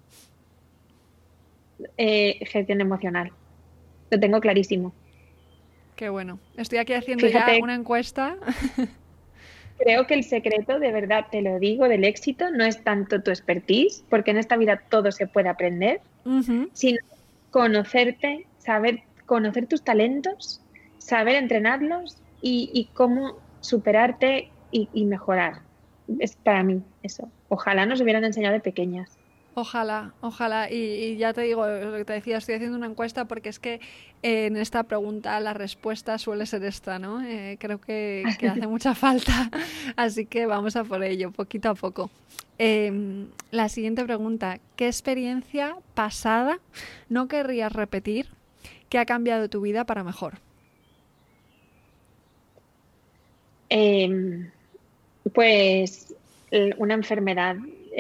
Gestión emocional. Lo tengo clarísimo. Qué bueno. Estoy aquí haciendo Fíjate, ya una encuesta. creo que el secreto, de verdad te lo digo, del éxito no es tanto tu expertise, porque en esta vida todo se puede aprender, sino conocerte, saber conocer tus talentos, saber entrenarlos y cómo superarte y mejorar. Es para mí eso. Ojalá nos hubieran enseñado de pequeñas. Ojalá, ojalá. Y ya te digo, lo que te decía, estoy haciendo una encuesta porque es que en esta pregunta la respuesta suele ser esta, ¿no? Creo que hace mucha falta, así que vamos a por ello, poquito a poco. La siguiente pregunta, ¿qué experiencia pasada no querrías repetir que ha cambiado tu vida para mejor? Pues una enfermedad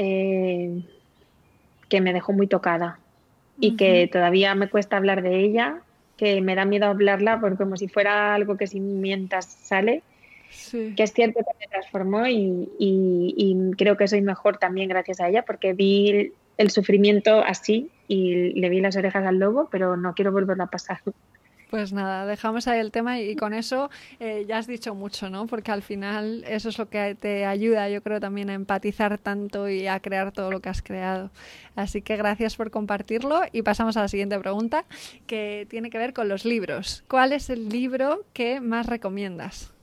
que me dejó muy tocada y que todavía me cuesta hablar de ella, que me da miedo hablarla porque como si fuera algo que si mientas sale, Sí. que es cierto que me transformó y creo que soy mejor también gracias a ella porque vi el sufrimiento así y le vi las orejas al lobo, pero no quiero volverlo a pasar. Pues nada, dejamos ahí el tema y con eso ya has dicho mucho, ¿no? Porque al final eso es lo que te ayuda, yo creo, también a empatizar tanto y a crear todo lo que has creado. Así que gracias por compartirlo y pasamos a la siguiente pregunta, que tiene que ver con los libros. ¿Cuál es el libro que más recomiendas?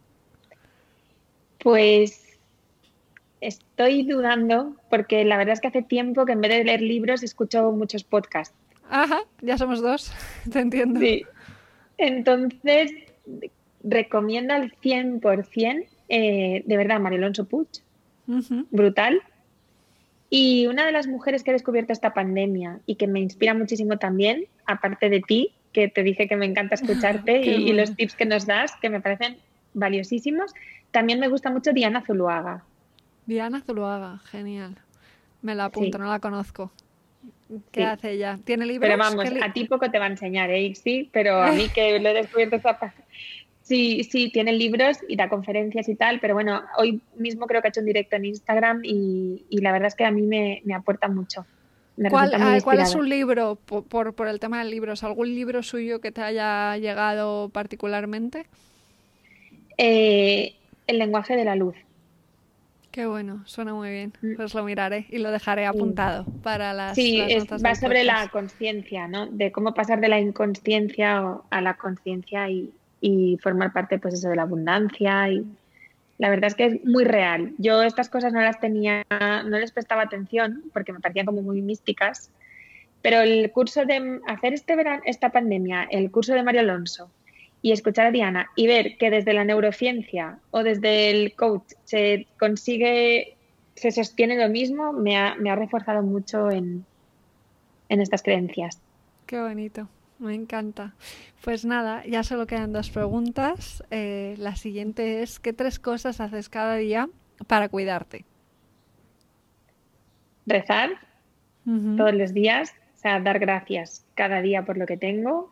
Pues estoy dudando porque la verdad es que hace tiempo que en vez de leer libros escucho muchos podcasts. Ajá, ya somos dos, te entiendo. Sí. Entonces, recomiendo al 100%, de verdad, María Alonso Puig, brutal. Y una de las mujeres que he descubierto esta pandemia y que me inspira muchísimo también, aparte de ti, que te dije que me encanta escucharte y los tips que nos das, que me parecen valiosísimos, también me gusta mucho Diana Zuluaga. Diana Zuluaga, genial. Me la apunto, Sí. no la conozco. ¿Qué Sí. hace ella? ¿Tiene libros? Pero vamos, a ti poco te va a enseñar, sí, pero a mí que lo he descubierto sí, tiene libros y da conferencias y tal, pero bueno, hoy mismo creo que ha hecho un directo en Instagram y la verdad es que a mí me aporta mucho. Me resulta muy ¿Cuál es inspirador. su libro por el tema de libros? ¿Algún libro suyo que te haya llegado particularmente? El lenguaje de la luz. Qué bueno, suena muy bien. Pues lo miraré y lo dejaré apuntado para las notas va del sobre podcast. la conciencia, ¿no? De cómo pasar de la inconsciencia a la conciencia y formar parte, pues eso, de la abundancia. Y la verdad es que es muy real. Yo estas cosas no les prestaba atención porque me parecían como muy místicas, Pero el curso de hacer este verano, esta pandemia, el curso de Mario Alonso y escuchar a Diana y ver que desde la neurociencia o desde el coach se sostiene lo mismo, me ha reforzado mucho en estas creencias. Qué bonito, me encanta. Pues nada, ya solo quedan 2 preguntas. La siguiente es, ¿qué 3 cosas haces cada día para cuidarte? Rezar todos los días, o sea, dar gracias cada día por lo que tengo.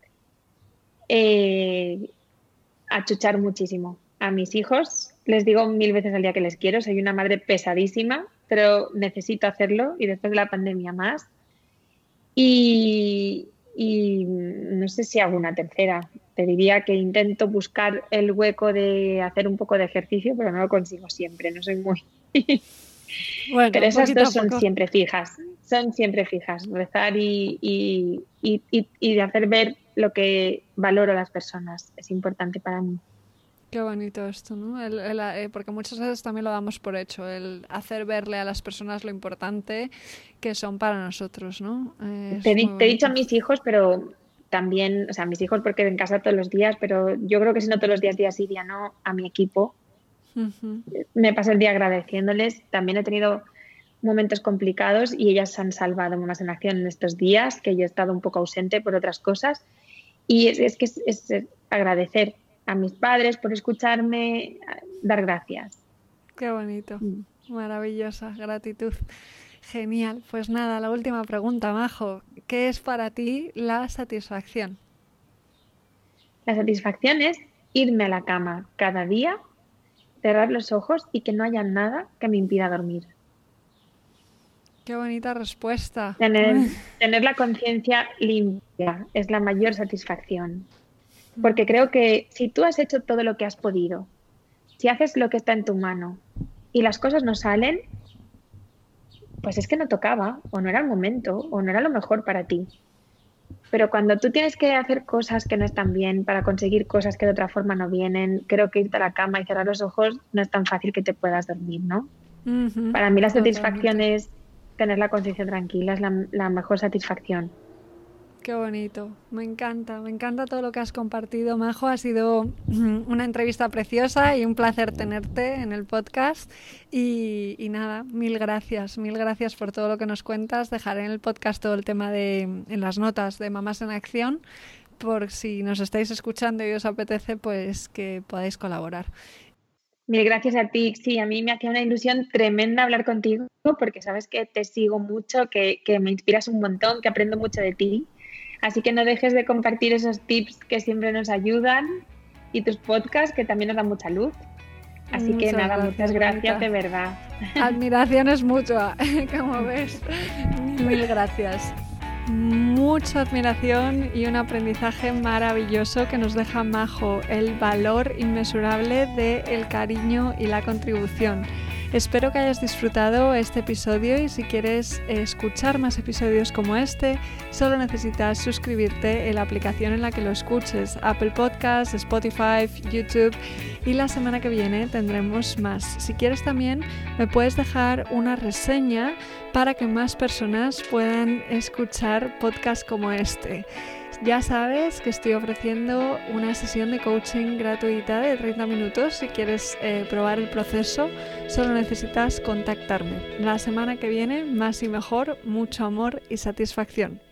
Achuchar muchísimo a mis hijos. Les digo 1000 veces al día que les quiero. Soy una madre pesadísima, pero necesito hacerlo y después de la pandemia más. Y no sé si hago una tercera. Te diría que intento buscar el hueco de hacer un poco de ejercicio, pero no lo consigo siempre. No soy muy... Bueno, pero esas poquito a 2 son poco. siempre fijas. Son siempre fijas. Rezar y de hacer ver lo que valoro a las personas. Es importante para mí. Qué bonito esto, ¿no? Porque muchas veces también lo damos por hecho, el hacer verle a las personas lo importante que son para nosotros, ¿no? Te Es muy he dicho a bonito. mis hijos, pero también, o sea, mis hijos porque en casa todos los días, pero yo creo que si no todos los días, día sí, día no, a mi equipo, Ujú. me paso el día agradeciéndoles. También he tenido momentos complicados y ellas se han salvado Mamás en Acción en estos días, que yo he estado un poco ausente por otras cosas. Y es agradecer a mis padres por escucharme, dar gracias. Qué bonito, maravillosa, gratitud. Genial. Pues nada, la última pregunta, Majo. ¿Qué es para ti la satisfacción? La satisfacción es irme a la cama cada día, cerrar los ojos y que no haya nada que me impida dormir. Qué bonita respuesta. Tener la conciencia limpia es la mayor satisfacción. Porque creo que si tú has hecho todo lo que has podido, si haces lo que está en tu mano y las cosas no salen, pues es que no tocaba, o no era el momento, o no era lo mejor para ti. Pero cuando tú tienes que hacer cosas que no están bien para conseguir cosas que de otra forma no vienen, creo que irte a la cama y cerrar los ojos no es tan fácil que te puedas dormir, ¿no? Ujú, Para mí la satisfacción totalmente. es tener la conciencia tranquila, es la mejor satisfacción. Qué bonito, me encanta todo lo que has compartido, Majo. Ha sido una entrevista preciosa y un placer tenerte en el podcast. Y nada, mil gracias por todo lo que nos cuentas. Dejaré en el podcast todo el tema en las notas de Mamás en Acción, por si nos estáis escuchando y os apetece, pues que podáis colaborar. Mil gracias a ti. Sí, a mí me hacía una ilusión tremenda hablar contigo porque sabes que te sigo mucho, que me inspiras un montón, que aprendo mucho de ti. Así que no dejes de compartir esos tips que siempre nos ayudan y tus podcasts que también nos dan mucha luz. Así que nada, muchas gracias de verdad. Admiración es mutua, como ves. Mil gracias. Mucha admiración y un aprendizaje maravilloso que nos deja Majo, el valor inmesurable del cariño y la contribución. Espero que hayas disfrutado este episodio y si quieres escuchar más episodios como este, solo necesitas suscribirte en la aplicación en la que lo escuches, Apple Podcasts, Spotify, YouTube, y la semana que viene tendremos más. Si quieres también me puedes dejar una reseña para que más personas puedan escuchar podcasts como este. Ya sabes que estoy ofreciendo una sesión de coaching gratuita de 30 minutos. Si quieres probar el proceso, solo necesitas contactarme. La semana que viene, más y mejor, mucho amor y satisfacción.